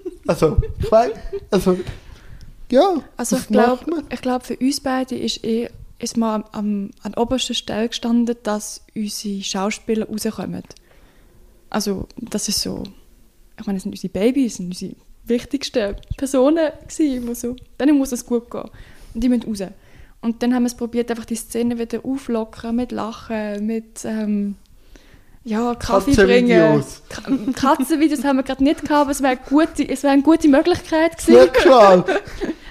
Ja, also ich glaube, für uns beide ist mal an oberster Stelle gestanden, dass unsere Schauspieler rauskommen. Also, das ist so... Ich meine, es sind unsere Babys, es sind unsere wichtigsten Personen gewesen. Denen muss es gut gehen. Und die müssen raus. Und dann haben wir es probiert, einfach die Szene wieder auflockern, mit Lachen, mit Kaffee bringen. Katzenvideos haben wir gerade nicht gehabt, aber es wäre eine gute Möglichkeit gewesen. Ja, klar.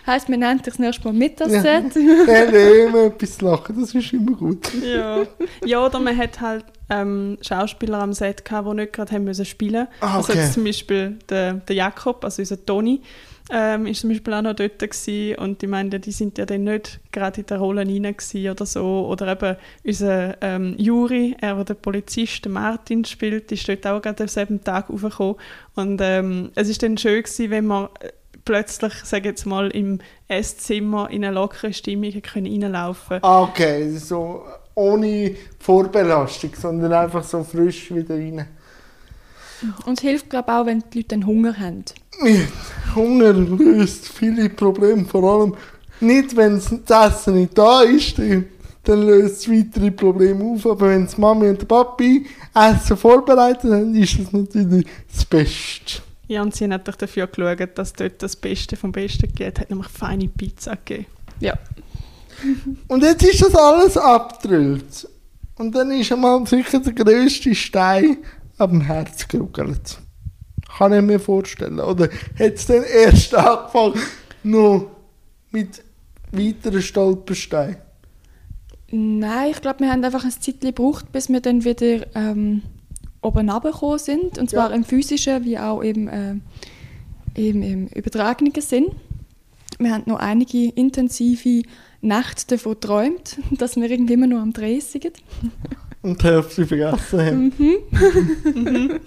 Heisst, wir nennen dich das nächste Mal mit das Set. Immer etwas lachen, das ist immer gut. Ja, oder man hat halt Schauspieler am Set gehabt, die nicht gerade haben müssen spielen. Ah, okay. Also zum Beispiel der Jakob, also unser Toni, ist zum Beispiel auch noch dort gewesen. Und ich meine, die sind ja dann nicht gerade in der Rolle rein gewesen oder so. Oder eben unser Juri, der den Polizist, den Martin spielt, ist dort auch gerade am selben Tag raufgekommen. Und es ist dann schön gewesen, wenn man plötzlich, sage jetzt mal, im Esszimmer in eine lockere Stimmung reinlaufen konnte. Ah, okay, so ohne Vorbelastung, sondern einfach so frisch wieder rein. Und es hilft, glaube ich, auch, wenn die Leute dann Hunger haben. Hunger löst viele Probleme, vor allem nicht, wenn das Essen nicht da ist, dann löst es weitere Probleme auf, aber wenn die Mami und der Papi Essen vorbereitet haben, ist das natürlich das Beste. Ja, und sie haben natürlich dafür geschaut, dass dort das Beste vom Besten geht. Hat nämlich feine Pizza gegeben. Ja. Und jetzt ist das alles abgedrillt. Und dann ist einmal sicher der grösste Stein am Herz geruckelt. Kann ich mir vorstellen. Oder hat es dann erst angefangen, noch mit weiteren Stolpersteinen? Nein, ich glaube, wir haben einfach ein Zeitchen gebraucht, bis wir dann wieder oben runtergekommen sind. Und zwar im physischen wie auch im übertragenen Sinn. Wir haben noch einige intensive Nächte davon geträumt, dass wir irgendwie immer noch am Dreh sind. Und die Hälfte vergessen haben.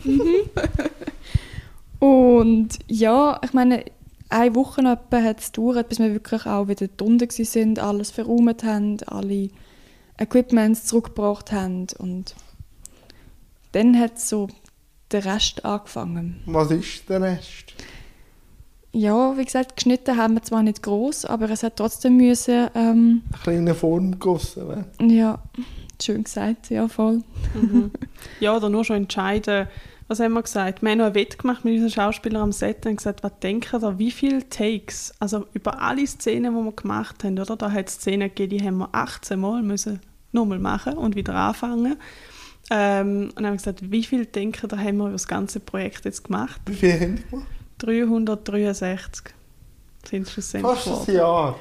Und ja, ich meine, eine Woche etwa hat es gedauert, bis wir wirklich auch wieder unten waren, alles verräumt haben, alle Equipments zurückgebracht haben. Und dann hat so der Rest angefangen. Was ist der Rest? Ja, wie gesagt, geschnitten haben wir zwar nicht gross, aber es hat trotzdem müssen... Eine kleine Form gegossen werden. Ja, schön gesagt, ja voll. Ja, oder nur schon entscheiden, was haben wir gesagt? Wir haben noch ein Wett gemacht mit unseren Schauspielern am Set und gesagt, was denken ihr, wie viele Takes, also über alle Szenen, die wir gemacht haben, oder? Da hat es Szenen gegeben, die haben wir 18 Mal müssen nochmal machen und wieder anfangen. Und dann haben wir gesagt, wie viel denken da haben wir über das ganze Projekt jetzt gemacht? Wie viel haben die gemacht? 363 sind es schlussendlich Fast ein Jahr.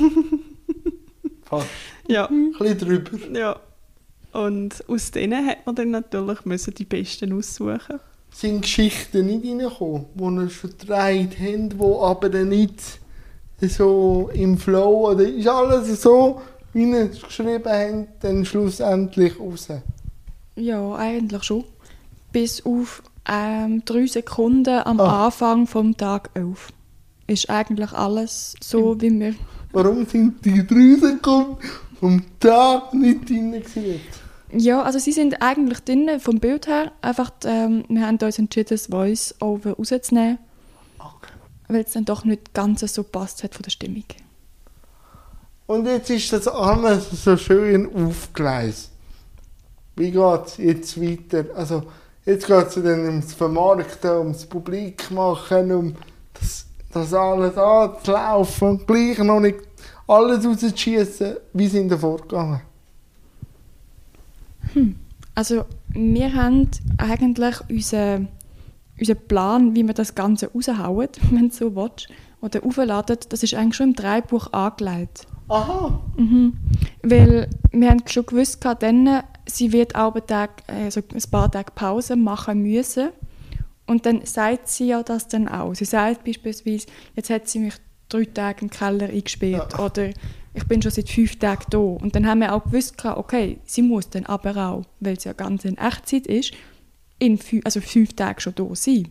Fast. Ja. Ein bisschen drüber. Ja. Und aus denen hat man dann natürlich müssen die Besten aussuchen. Sind Geschichten nicht reingekommen, die wir schon gedreht haben, die aber dann nicht so im Flow, oder ist alles so, wie wir es geschrieben haben, dann schlussendlich raus? Ja, eigentlich schon. Bis auf 3 Sekunden am Anfang vom Tag 11. Ist eigentlich alles so, wie wir... Warum sind die 3 Sekunden vom Tag nicht drin gewesen? Ja, also sie sind eigentlich drin, vom Bild her. Einfach, wir haben uns entschieden, das Voice-Over rauszunehmen. Okay. Weil es dann doch nicht ganz so passt hat von der Stimmung. Und jetzt ist das alles so schön aufgeleist. Wie geht es jetzt weiter? Also, jetzt geht es dann ums Vermarkten, ums Publik machen, um das alles anzulaufen und gleich noch nicht alles rauszuschießen. Wie sind da vorgegangen? Also, wir haben eigentlich unseren Plan, wie wir das Ganze raushauen, wenn du so willst, oder aufladen, das ist eigentlich schon im Drehbuch angelegt. Aha! Weil wir haben schon gewusst, dann, sie wird auch ein paar Tage Pause machen müssen. Und dann sagt sie ja das dann auch. Sie sagt beispielsweise, jetzt hat sie mich 3 Tage im Keller eingesperrt. Ja. Oder ich bin schon seit 5 Tagen da. Und dann haben wir auch gewusst, okay, sie muss dann aber auch, weil es ja ganz in Echtzeit ist, 5 Tage schon da sein.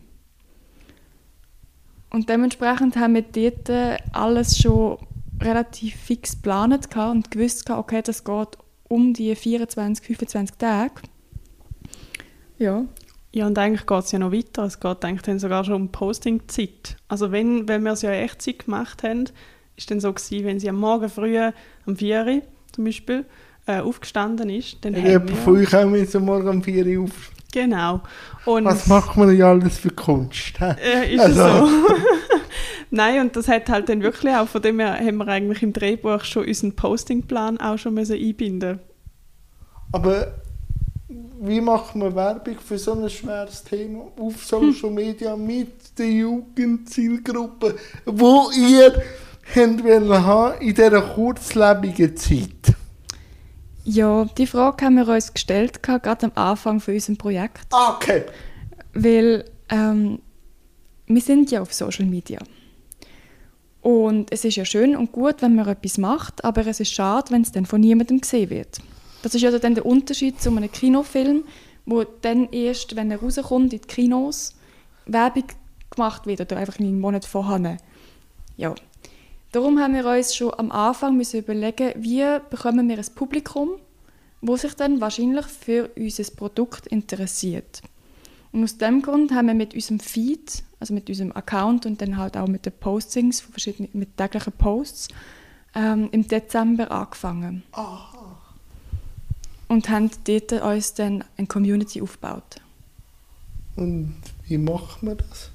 Und dementsprechend haben wir dort alles schon relativ fix geplant und gewusst, okay, das geht um die 24, 25 Tage. Ja. Ja, und eigentlich geht es ja noch weiter. Es geht eigentlich dann sogar schon um Posting-Zeit. Also wenn wir es ja in Echtzeit gemacht haben, ist dann so gewesen, wenn sie am Morgen früh, am 4 Uhr zum Beispiel, aufgestanden ist, dann haben wir... Von euch haben wir morgen um 4 Uhr auf. Genau. Und was macht man ja alles für Kunst? Ist es so? Nein, und das hat halt dann wirklich auch, von dem her haben wir eigentlich im Drehbuch schon unseren Postingplan auch schon einbinden. Aber wie macht man Werbung für so ein schweres Thema auf Social Media mit der Jugendzielgruppe, wo ihr haben in dieser kurzlebigen Zeit? Ja, die Frage haben wir uns gestellt, gerade am Anfang von unserem Projekt. Okay. Weil wir sind ja auf Social Media. Und es ist ja schön und gut, wenn man etwas macht, aber es ist schade, wenn es dann von niemandem gesehen wird. Das ist ja dann der Unterschied zu einem Kinofilm, wo dann erst, wenn er rauskommt in die Kinos, Werbung gemacht wird oder einfach einen Monat vorher. Ja. Darum haben wir uns schon am Anfang müssen überlegen, wie bekommen wir ein Publikum, das sich dann wahrscheinlich für unser Produkt interessiert. Und aus diesem Grund haben wir mit unserem Feed, also mit unserem Account und dann halt auch mit den Postings, mit täglichen Posts, im Dezember angefangen. Aha. Und haben dort uns dann eine Community aufgebaut. Und wie macht man das?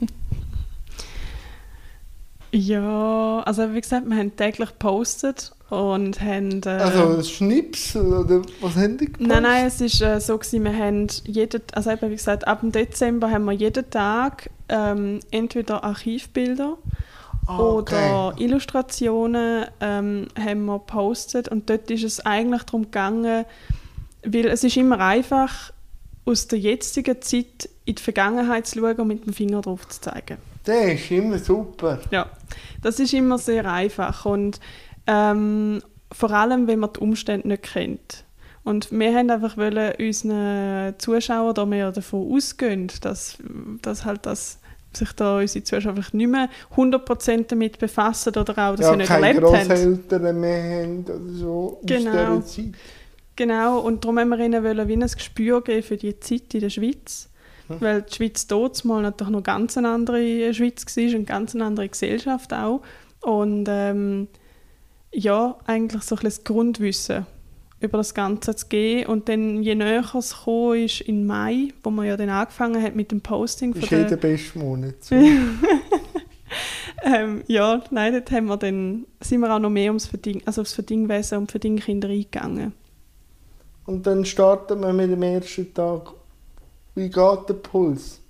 Ja, also wie gesagt, wir haben täglich gepostet und haben... Also Schnips oder was haben die gepostet? Nein, es war so gewesen, wir haben also eben, wie gesagt, ab dem Dezember haben wir jeden Tag entweder Archivbilder oder Illustrationen haben wir gepostet und dort ist es eigentlich darum gegangen, weil es ist immer einfach, aus der jetzigen Zeit in die Vergangenheit zu schauen und mit dem Finger drauf zu zeigen. Das ist immer super. Ja, das ist immer sehr einfach und vor allem, wenn man die Umstände nicht kennt. Und wir haben einfach unseren Zuschauern da mehr davon ausgehen, dass sich da unsere Zuschauer vielleicht nicht mehr 100% damit befassen oder auch, dass sie nicht erlebt haben. Keine Grosseltern mehr haben oder so aus dieser Zeit. Genau, und darum wollen wir ihnen wie ein Gespür geben für die Zeit in der Schweiz. Weil die Schweiz damals natürlich noch ganz eine andere Schweiz war, eine ganz andere Gesellschaft auch. Und ja, eigentlich so ein bisschen das Grundwissen über das Ganze zu geben. Und dann, je näher es gekommen ist, im Mai, wo man ja dann angefangen hat mit dem Posting. Das ist der beste Monat. So. Ja, nein, dort sind wir auch noch mehr aufs Verdingwesen und Verdingkinder eingegangen. Und dann starten wir mit dem ersten Tag. Wie geht der Puls?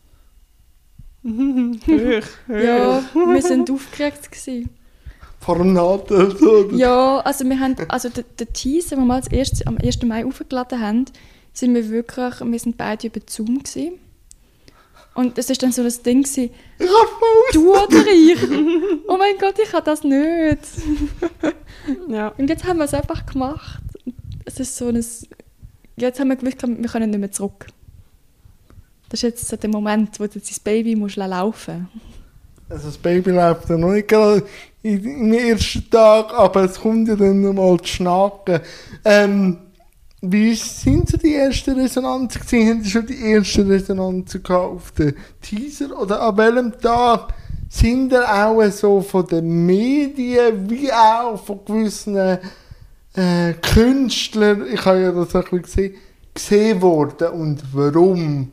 Hoch. Ja, wir waren aufgeregt gewesen. Vor dem Nadel, oder? Ja, also wir haben, den Teaser, den wir am 1. Mai aufgeladen haben, wir sind beide über Zoom gewesen. Und es war dann so das Ding gewesen, du oder ich? Oh mein Gott, ich kann das nicht. Ja. Und jetzt haben wir es einfach gemacht. Es ist so ein... Jetzt haben wir gewusst, wir können nicht mehr zurück. Das ist jetzt so der Moment, wo du dein Baby laufen musst. Also das Baby läuft ja noch nicht gerade im ersten Tag, aber es kommt ja dann noch mal zu schnacken. Wie sind so die ersten Resonanzen gewesen? Haben Sie schon die ersten Resonanzen gehabt auf den Teaser? Oder an welchem Tag sind ihr auch so von den Medien wie auch von gewissen Künstlern, ich habe ja das ein bisschen gesehen worden und warum?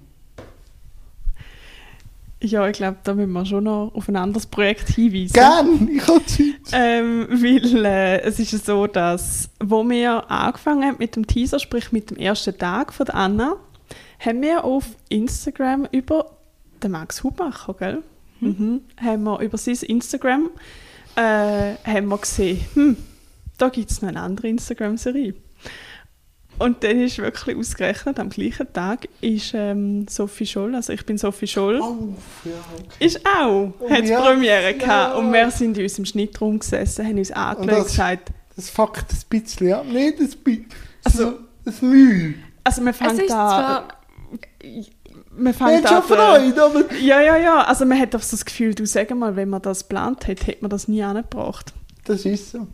Ja, ich glaube, da müssen wir schon noch auf ein anderes Projekt hinweisen. Gerne, ich habe Zeit. Weil es ist so, dass, wo wir angefangen haben mit dem Teaser, sprich mit dem ersten Tag von Anna, haben wir auf Instagram über den Max Hubacher, gell? Haben wir über sein Instagram haben wir gesehen, da gibt es noch eine andere Instagram-Serie. Und dann ist wirklich ausgerechnet, am gleichen Tag ist Sophie Scholl, also ich bin Sophie Scholl, ist auch, hat Premiere gehabt. Und wir sind in unserem Schnittraum gesessen, haben uns angeschaut und gesagt... Das fuckt ein bisschen ab, nicht ein bisschen, also das Mühe. Also man fängt an... Man fängt schon Freude, aber... Ja, also man hat auch so das Gefühl, du sag mal, wenn man das geplant hätte man das nie angebracht. Das ist so.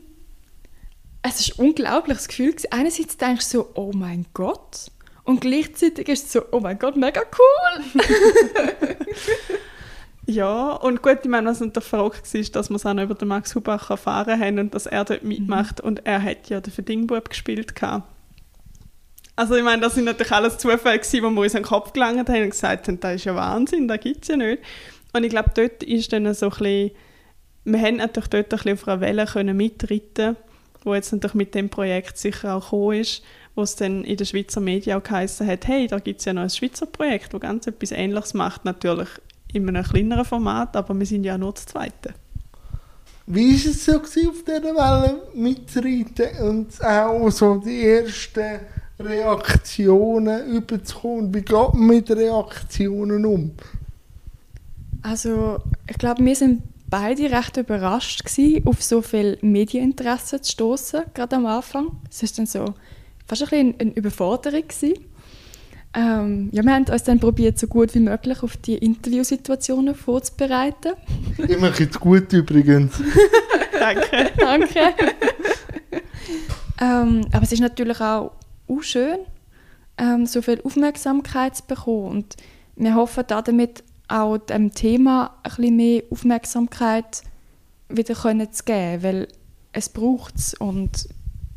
Es war ein unglaubliches Gefühl. Einerseits denkst du so, oh mein Gott. Und gleichzeitig ist es so, oh mein Gott, mega cool. Ja, und gut, ich meine, was natürlich verrückt war, dass wir es auch noch über den Max Hubacher erfahren haben und dass er dort mitmacht. Und er hat ja den Verdingbub gespielt. Also ich meine, das sind natürlich alles Zufälle gewesen, wo wir uns an den Kopf gelangt haben und gesagt haben, das ist ja Wahnsinn, das gibt es ja nicht. Und ich glaube, dort ist dann so ein bisschen, wir haben natürlich dort ein bisschen auf einer Welle können mitreiten, wo jetzt natürlich mit dem Projekt sicher auch gekommen ist, wo es dann in den Schweizer Medien auch geheißen hat, hey, da gibt es ja noch ein Schweizer Projekt, das ganz etwas Ähnliches macht, natürlich in einem kleineren Format, aber wir sind ja nur das Zweite. Wie war es so gewesen, auf dieser Welle mitzureiten und auch so die ersten Reaktionen überzukommen? Wie geht man mit Reaktionen um? Also, ich glaube, wir sind beide recht überrascht gewesen, auf so viel Medieninteresse zu stoßen, gerade am Anfang. Es war dann so fast ein bisschen eine Überforderung gewesen. Ja, wir haben uns dann probiert, so gut wie möglich auf die Interviewsituationen vorzubereiten. Ich mache jetzt gut übrigens. Danke. Danke. Aber es ist natürlich auch schön, so viel Aufmerksamkeit zu bekommen. Und wir hoffen damit auch dem Thema ein bisschen mehr Aufmerksamkeit wieder zu geben, weil es braucht es. Und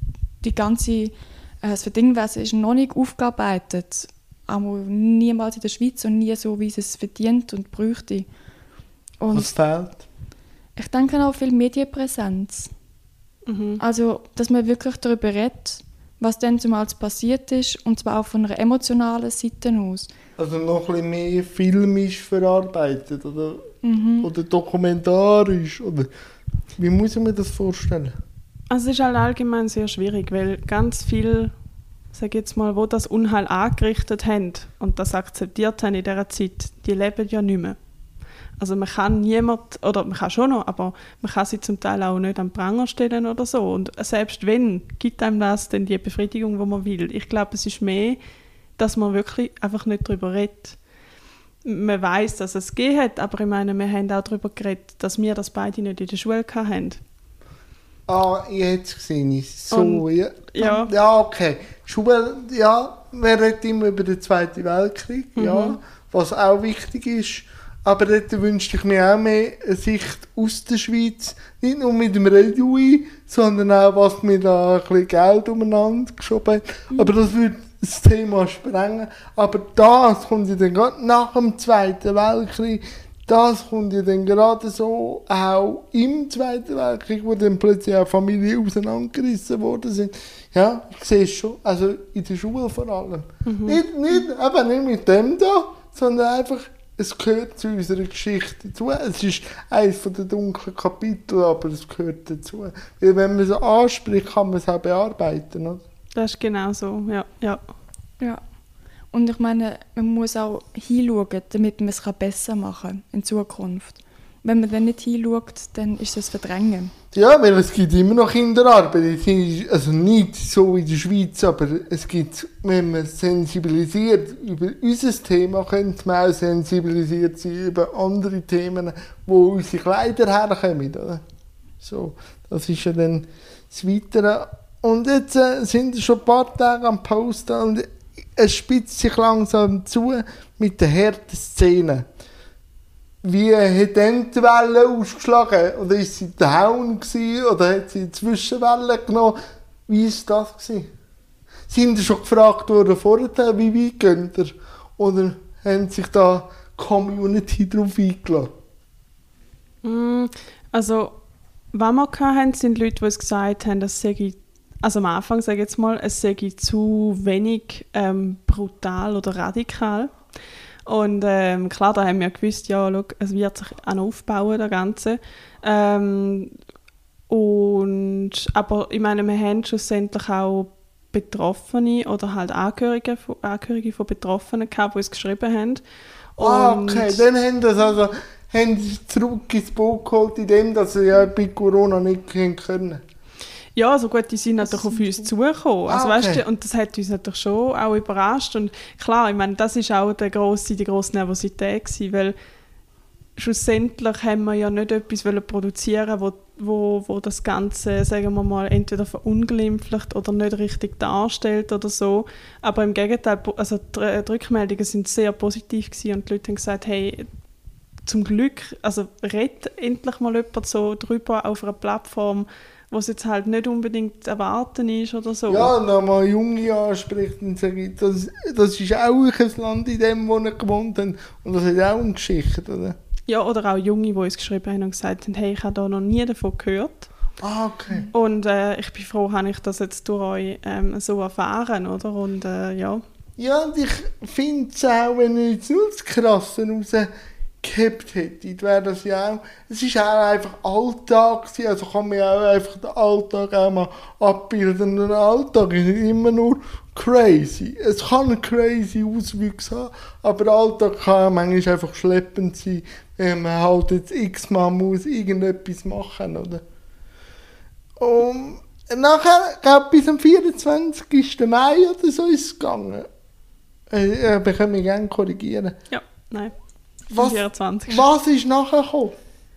das Verdingwesen ist noch nicht aufgearbeitet. Auch niemals in der Schweiz und nie so, wie es es verdient und bräuchte. Und was fehlt? ich denke auch viel Medienpräsenz. Also, dass man wirklich darüber redet, was dann zumal passiert ist, und zwar auch von einer emotionalen Seite aus. Also noch ein bisschen mehr filmisch verarbeitet oder dokumentarisch? Oder wie muss ich mir das vorstellen? Also es ist halt allgemein sehr schwierig, weil ganz viel, sag jetzt mal, wo das Unheil angerichtet haben und das akzeptiert haben in dieser Zeit, die leben ja nicht mehr. Also man kann oder man kann schon noch, aber man kann sie zum Teil auch nicht an den Pranger stellen oder so. Und selbst wenn, gibt einem das dann die Befriedigung, die man will. Ich glaube, es ist mehr, dass man wirklich einfach nicht darüber redet. Man weiss, dass es gegeben hat, aber ich meine, wir haben auch darüber geredet, dass wir das beide nicht in der Schule hatten. Ah, jetzt sehe ich es. So, Und, ja. ja. Ja, okay. Schule, ja, man redet immer über den Zweiten Weltkrieg, ja, was auch wichtig ist. Aber dort wünschte ich mir auch mehr eine Sicht aus der Schweiz. Nicht nur mit dem Radio, sondern auch, was mir da ein bisschen Geld umeinander geschoben hat. Aber das würde das Thema sprengen. Aber das kommt ja dann gerade nach dem Zweiten Weltkrieg. Das kommt ja dann gerade so auch im Zweiten Weltkrieg, wo dann plötzlich auch Familien auseinandergerissen worden sind. Ja, ich sehe es schon. Also in der Schule vor allem. Nicht mit dem da, sondern einfach, es gehört zu unserer Geschichte dazu. Es ist eines der dunklen Kapitel, aber es gehört dazu. Weil wenn man es anspricht, kann man es auch bearbeiten. Oder? Das ist genau so, ja. Und ich meine, man muss auch hinschauen, damit man es besser machen kann in Zukunft. Wenn man dann nicht hinschaut, dann ist es Verdrängen. Ja, weil es gibt immer noch Kinderarbeit. Also nicht so in der Schweiz, aber es gibt, wenn man sensibilisiert über unser Thema, könnte man auch sensibilisiert sein über andere Themen, wo unsere Kleider herkommen. Oder? So, das ist ja dann das Weitere. Und jetzt sind schon ein paar Tage am Posten und es spitzt sich langsam zu mit den harten Szenen. Wie hat dann die Welle ausgeschlagen? Oder war sie down gewesen? Oder hat sie die Zwischenwelle genommen? Wie war das gewesen? Sind Sie schon gefragt worden vorher, wie weit geht ihr? Oder haben sich da die Community darauf eingeladen? Also, was wir hatten, sind Leute, die uns gesagt haben, dass also am Anfang, sage ich jetzt mal, es sei zu wenig brutal oder radikal. Und klar, da haben wir gewusst, ja, schau, es wird sich auch noch aufbauen, das Ganze. Aber ich meine, wir haben schlussendlich auch Betroffene oder halt Angehörige von Betroffenen gehabt, die uns geschrieben haben. Okay, dann haben sie zurück ins Boot geholt, indem sie ja bei Corona nicht können. Ja, also gut, die sind natürlich auf uns zugekommen. Also, okay. Weißt du, und das hat uns natürlich schon auch überrascht. Und klar, ich meine, das ist auch die grosse Nervosität gewesen, weil schlussendlich haben wir ja nicht etwas produzieren, wo das Ganze, sagen wir mal, entweder verunglimpft oder nicht richtig darstellt oder so. Aber im Gegenteil, also die Rückmeldungen sind sehr positiv gewesen und die Leute haben gesagt, hey, zum Glück, also redet endlich mal jemand so drüber auf einer Plattform, was jetzt halt nicht unbedingt erwarten ist oder so. Ja, und wenn man Junge anspricht und sagt, das ist auch ein Land, in dem wo wir gewohnt haben. Und das hat auch eine Geschichte, oder? Ja, oder auch Junge, die uns geschrieben haben und gesagt haben, hey, ich habe da noch nie davon gehört. Okay. Und ich bin froh, habe ich das jetzt durch euch so erfahren, oder? Und ja. Ja, und ich finde es auch, wenn ich jetzt nur das Krasse raus gehabt hätte, wäre das ja auch, es ist auch einfach Alltag gewesen, also kann man ja auch einfach den Alltag auch mal abbilden. Und der Alltag ist nicht immer nur crazy. Es kann crazy Auswüchse haben, aber der Alltag kann auch manchmal einfach schleppend sein, wenn man halt jetzt x-mal muss irgendetwas machen, oder? Und nachher, glaube bis am 24. Mai oder so ist es gegangen. Ich kann mich gerne korrigieren. Ja, nein. Was 24. Was ist nachher gekommen?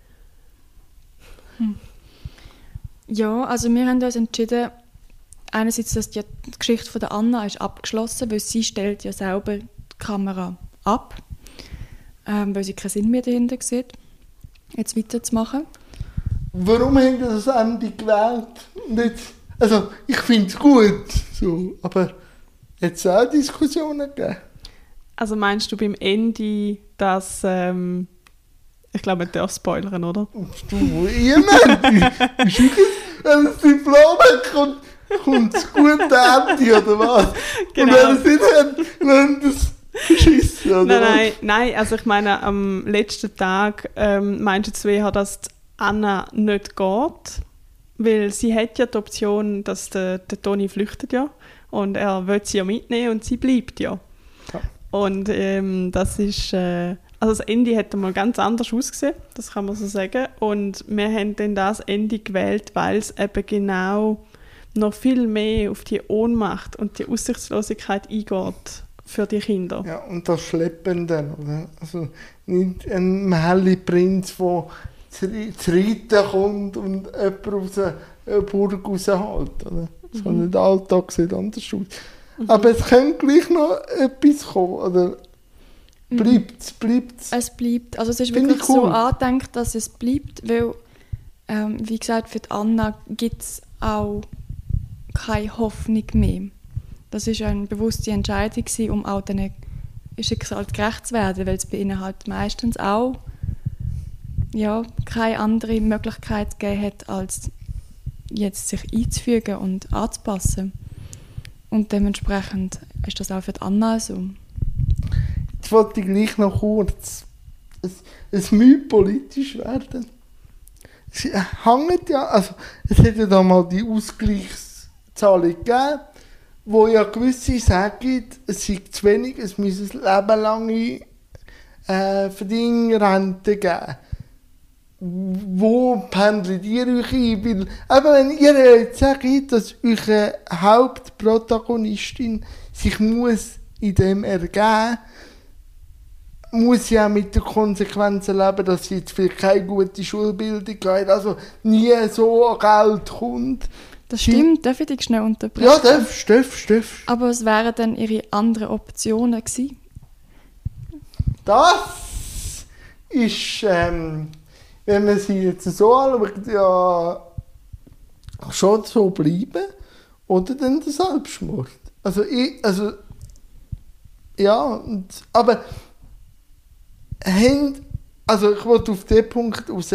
Ja, also wir haben uns entschieden, einerseits, dass die Geschichte von der Anna ist abgeschlossen, weil sie stellt ja selber die Kamera ab, weil sie keinen Sinn mehr dahinter sieht, jetzt weiterzumachen. Warum haben wir das Ende gewählt? Nicht, also ich finde es gut, so, aber jetzt auch Diskussionen gegeben. Also meinst du beim Ende, dass, ich glaube, man darf spoilern, oder? Du, jemand, wenn es Diplom hat, kommt das gute Ende, oder was? Genau. Und wenn es nicht hat, dann das beschissen, oder Nein, also ich meine, am letzten Tag meinst du zu eher, dass die Anna nicht geht, weil sie hat ja die Option, dass der Toni flüchtet ja und er will sie ja mitnehmen und sie bleibt ja. Ja. Und das ist, also das Ende hätte mal ganz anders ausgesehen, das kann man so sagen. Und wir haben dann das Ende gewählt, weil es eben genau noch viel mehr auf die Ohnmacht und die Aussichtslosigkeit eingeht für die Kinder. Ja, und das Schleppende, oder? Also nicht ein Märchen-Prinz, der zu reiten kommt und jemand aus der Burg raushält, oder? Sondern der Alltag sieht anders aus. Aber es könnte gleich noch etwas kommen, oder? Bleibt es? Es bleibt. Also es ist Finde wirklich ich cool. so angedenkt, dass es bleibt, weil, wie gesagt, für die Anna gibt es auch keine Hoffnung mehr. Das war eine bewusste Entscheidung, um auch diesen Schicksal gerecht zu werden, weil es bei ihnen halt meistens auch keine andere Möglichkeit gegeben hat, als jetzt sich einzufügen und anzupassen. Und dementsprechend ist das auch für die Anna so. Jetzt wollte ich gleich noch kurz es mühe politisch werden. Es hängt ja, also es hat ja da mal die Ausgleichszahlung gegeben, wo ja gewisse sagen, es sei zu wenig, es müsse lebenlange Rente geben. Wo pendelt ihr euch ein? Weil, aber wenn ihr jetzt sagt, dass eure Hauptprotagonistin sich muss in dem ergeben, muss sie auch mit den Konsequenzen leben, dass sie jetzt vielleicht keine gute Schulbildung hat, also nie so an Geld kommt. Das stimmt, darf ich dich schnell unterbrechen? Ja, darfst. Aber es wären dann ihre anderen Optionen gewesen. Das ist, wenn man sie jetzt so anschaut, ja schon so bleiben oder dann der Selbstmord. Aber ich wollte auf den Punkt raus,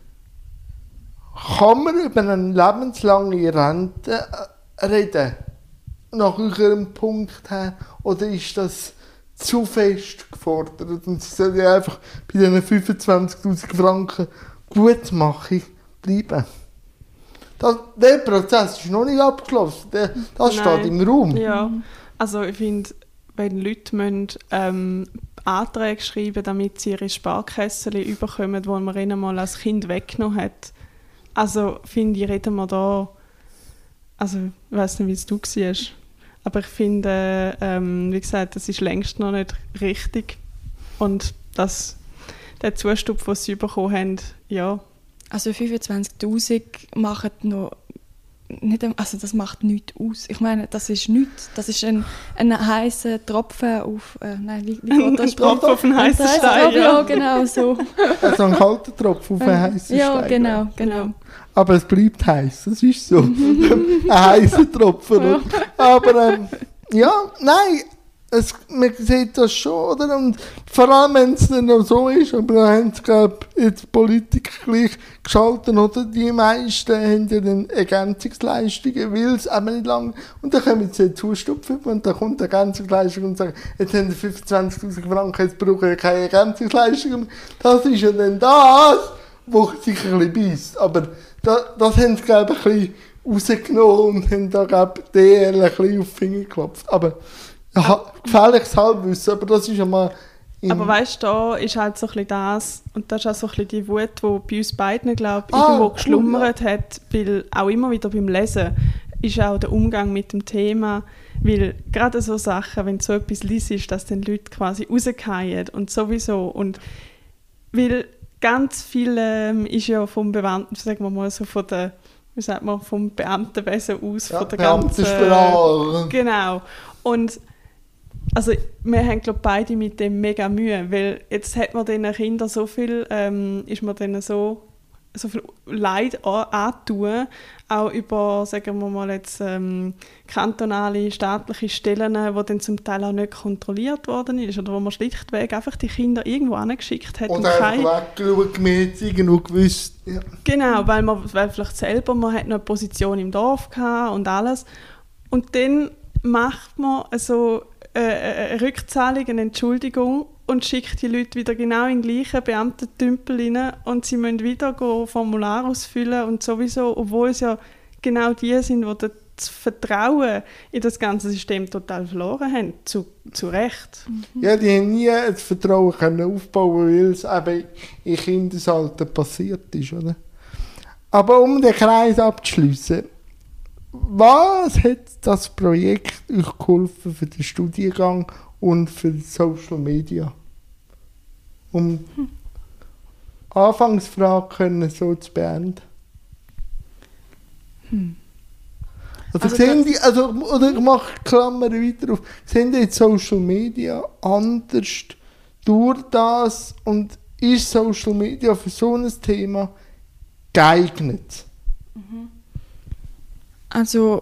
kann man über eine lebenslange Rente reden, nach eurem Punkt her, oder ist das zu fest gefordert und sie sollen ja einfach bei diesen 25'000 Franken Gutmachung bleiben? Der Prozess ist noch nicht abgeschlossen, das steht im Raum. Ja, also ich finde, wenn Leute müssen, Anträge schreiben, damit sie ihre Sparkassen überkommen, die man ihnen mal als Kind weggenommen hat, also finde ich, reden wir da, also ich weiss nicht, wie es du warst, aber ich finde, wie gesagt, das ist längst noch nicht richtig und der Zustub, den sie bekommen haben, ja. Also 25'000 machen noch nicht, also das macht nichts aus. Ich meine, das ist nichts. Das ist ein heißer Tropfen auf, wie geht das? Ein Tropfen auf einen heißen Stein. Ja, genau so. Also ein kalter Tropfen auf einen heißen Stein. Ja, genau. Aber es bleibt heiß, das ist so. Ein heißer Tropfen. Ja. Aber nein, man sieht das schon, oder? Und vor allem, wenn es dann noch so ist, aber da haben sie, glaube ich, jetzt Politik gleich geschaltet, oder? Die meisten haben ja dann Ergänzungsleistungen, weil es eben nicht lange... Und dann kommen sie zustupfen und dann kommt die Ergänzungsleistung und sagt, jetzt haben sie 25'000 Franken, jetzt brauchen wir keine Ergänzungsleistungen mehr. Das ist ja dann das, was sich ein bisschen beisst. Aber das haben sie, glaube ich, ein bisschen rausgenommen und haben da, glaube ich, DL ein bisschen auf die Finger geklopft. Aber... Ja, gefährliches Halbwissen, aber das ist ja mal... Aber weißt du, da ist halt so ein bisschen das, und das ist auch so ein bisschen die Wut, die bei uns beiden, glaube ich, irgendwo geschlummert hat, weil auch immer wieder beim Lesen ist auch der Umgang mit dem Thema, weil gerade so Sachen, wenn du so etwas liest, dass dann Leute quasi rausfallen und sowieso, und weil ganz viel ist ja vom Beamten, sagen wir mal so von der, wie sagt man, vom Beamtenwesen aus, ja, von der ganzen... Beamtensprache. Genau. Und also wir haben, glaube ich, beide mit dem mega Mühe, weil jetzt hat man den Kindern so viel, ist man denen so viel Leid antun, auch über, sagen wir mal jetzt, kantonale, staatliche Stellen, die dann zum Teil auch nicht kontrolliert worden ist, oder wo man schlichtweg einfach die Kinder irgendwo angeschickt hat. Oder einfach weggeschaut, man hat es irgendwo gewusst. Ja. Genau, weil vielleicht selber, man hat noch eine Position im Dorf gehabt und alles. Und dann macht man also eine Rückzahlung, eine Entschuldigung und schickt die Leute wieder genau in den gleichen Beamtentümpel rein und sie müssen wieder Formular ausfüllen und sowieso, obwohl es ja genau die sind, die das Vertrauen in das ganze System total verloren haben, zu Recht. Ja, die haben nie das Vertrauen können aufbauen, weil es eben im Kindesalter passiert ist, oder? Aber um den Kreis abzuschliessen, was hat das Projekt euch geholfen für den Studiengang und für Social Media? Um Anfangsfrage können so zu beenden. Also sehen die, oder ich mache Klammern weiter auf, sehen die jetzt Social Media anders durch das und ist Social Media für so ein Thema geeignet? Also,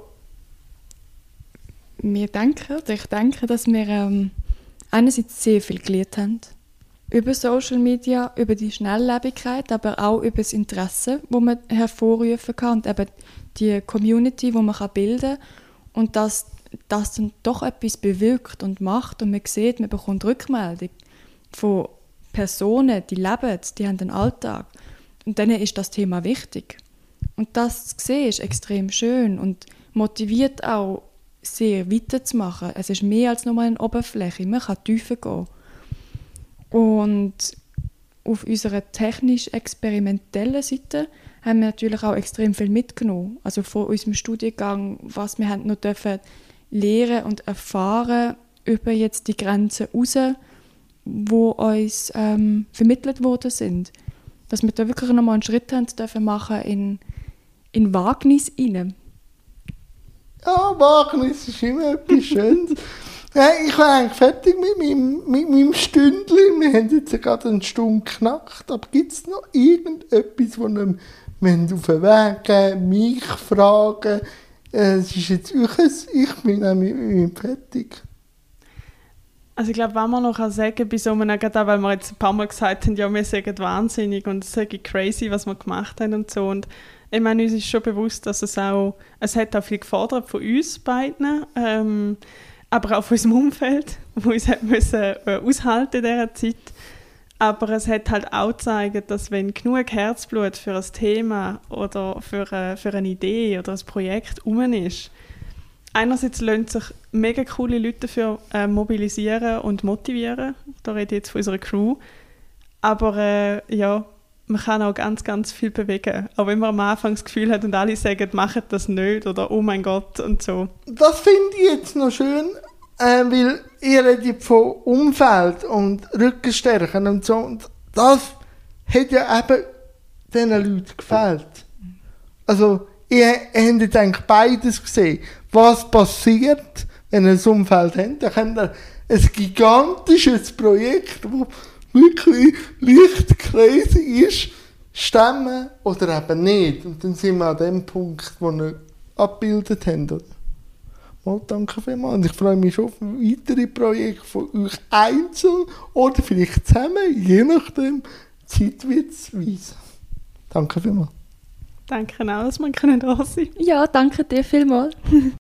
ich denke, dass wir einerseits sehr viel gelernt haben. Über Social Media, über die Schnelllebigkeit, aber auch über das Interesse, das man hervorrufen kann und eben die Community, die man bilden kann. Und dass das dann doch etwas bewirkt und macht und man sieht, man bekommt Rückmeldung von Personen, die leben, die haben einen Alltag. Und denen ist das Thema wichtig. Und das zu sehen ist extrem schön und motiviert auch, sehr weiterzumachen. Es ist mehr als nur eine Oberfläche, man kann tiefer gehen. Und auf unserer technisch-experimentellen Seite haben wir natürlich auch extrem viel mitgenommen. Also von unserem Studiengang, was wir noch dürfen lernen und erfahren über jetzt die Grenzen raus, die uns vermittelt worden sind. Dass wir da wirklich nochmal einen Schritt haben dürfen machen in Wagnis hinein. Ja, Wagnis ist immer etwas Schönes. Ich war eigentlich fertig mit meinem Stündchen. Wir haben jetzt gerade eine Stunde geknackt. Aber gibt es noch irgendetwas, wo wir auf den Weg geben, mich fragen? Es ist jetzt ich bin nämlich fertig. Also ich glaube, was man noch sagen kann, bei so einem, gerade auch, weil wir jetzt ein paar Mal gesagt haben, ja, wir sagen wahnsinnig und es ist crazy, was wir gemacht haben und so. Und ich meine, uns ist schon bewusst, dass es hat auch viel gefordert von uns beiden, aber auch von unserem Umfeld, wo uns hat müssen aushalten in dieser Zeit. Aber es hat halt auch gezeigt, dass wenn genug Herzblut für ein Thema oder für eine Idee oder ein Projekt rum ist, einerseits lassen sich mega coole Leute dafür mobilisieren und motivieren. Da rede ich jetzt von unserer Crew. Aber ja, man kann auch ganz, ganz viel bewegen. Auch wenn man am Anfang das Gefühl hat und alle sagen, macht das nicht oder oh mein Gott und so. Das finde ich jetzt noch schön, weil ihr redet von Umfeld und Rückenstärken und so. Und das hat ja eben diesen Leuten gefällt. Also, ihr habt jetzt eigentlich beides gesehen. Was passiert, wenn ihr ein Umfeld habt? Dann habt ihr ein gigantisches Projekt, das wirklich leicht crazy ist, stemmen oder eben nicht. Und dann sind wir an dem Punkt, wo wir abgebildet haben, oder? Mal danke vielmals. Und ich freue mich schon auf weitere Projekte von euch einzeln oder vielleicht zusammen, je nachdem. Zeit wird es weisen. Danke vielmals. Danke auch, dass wir da sein können. Ja, danke dir vielmals.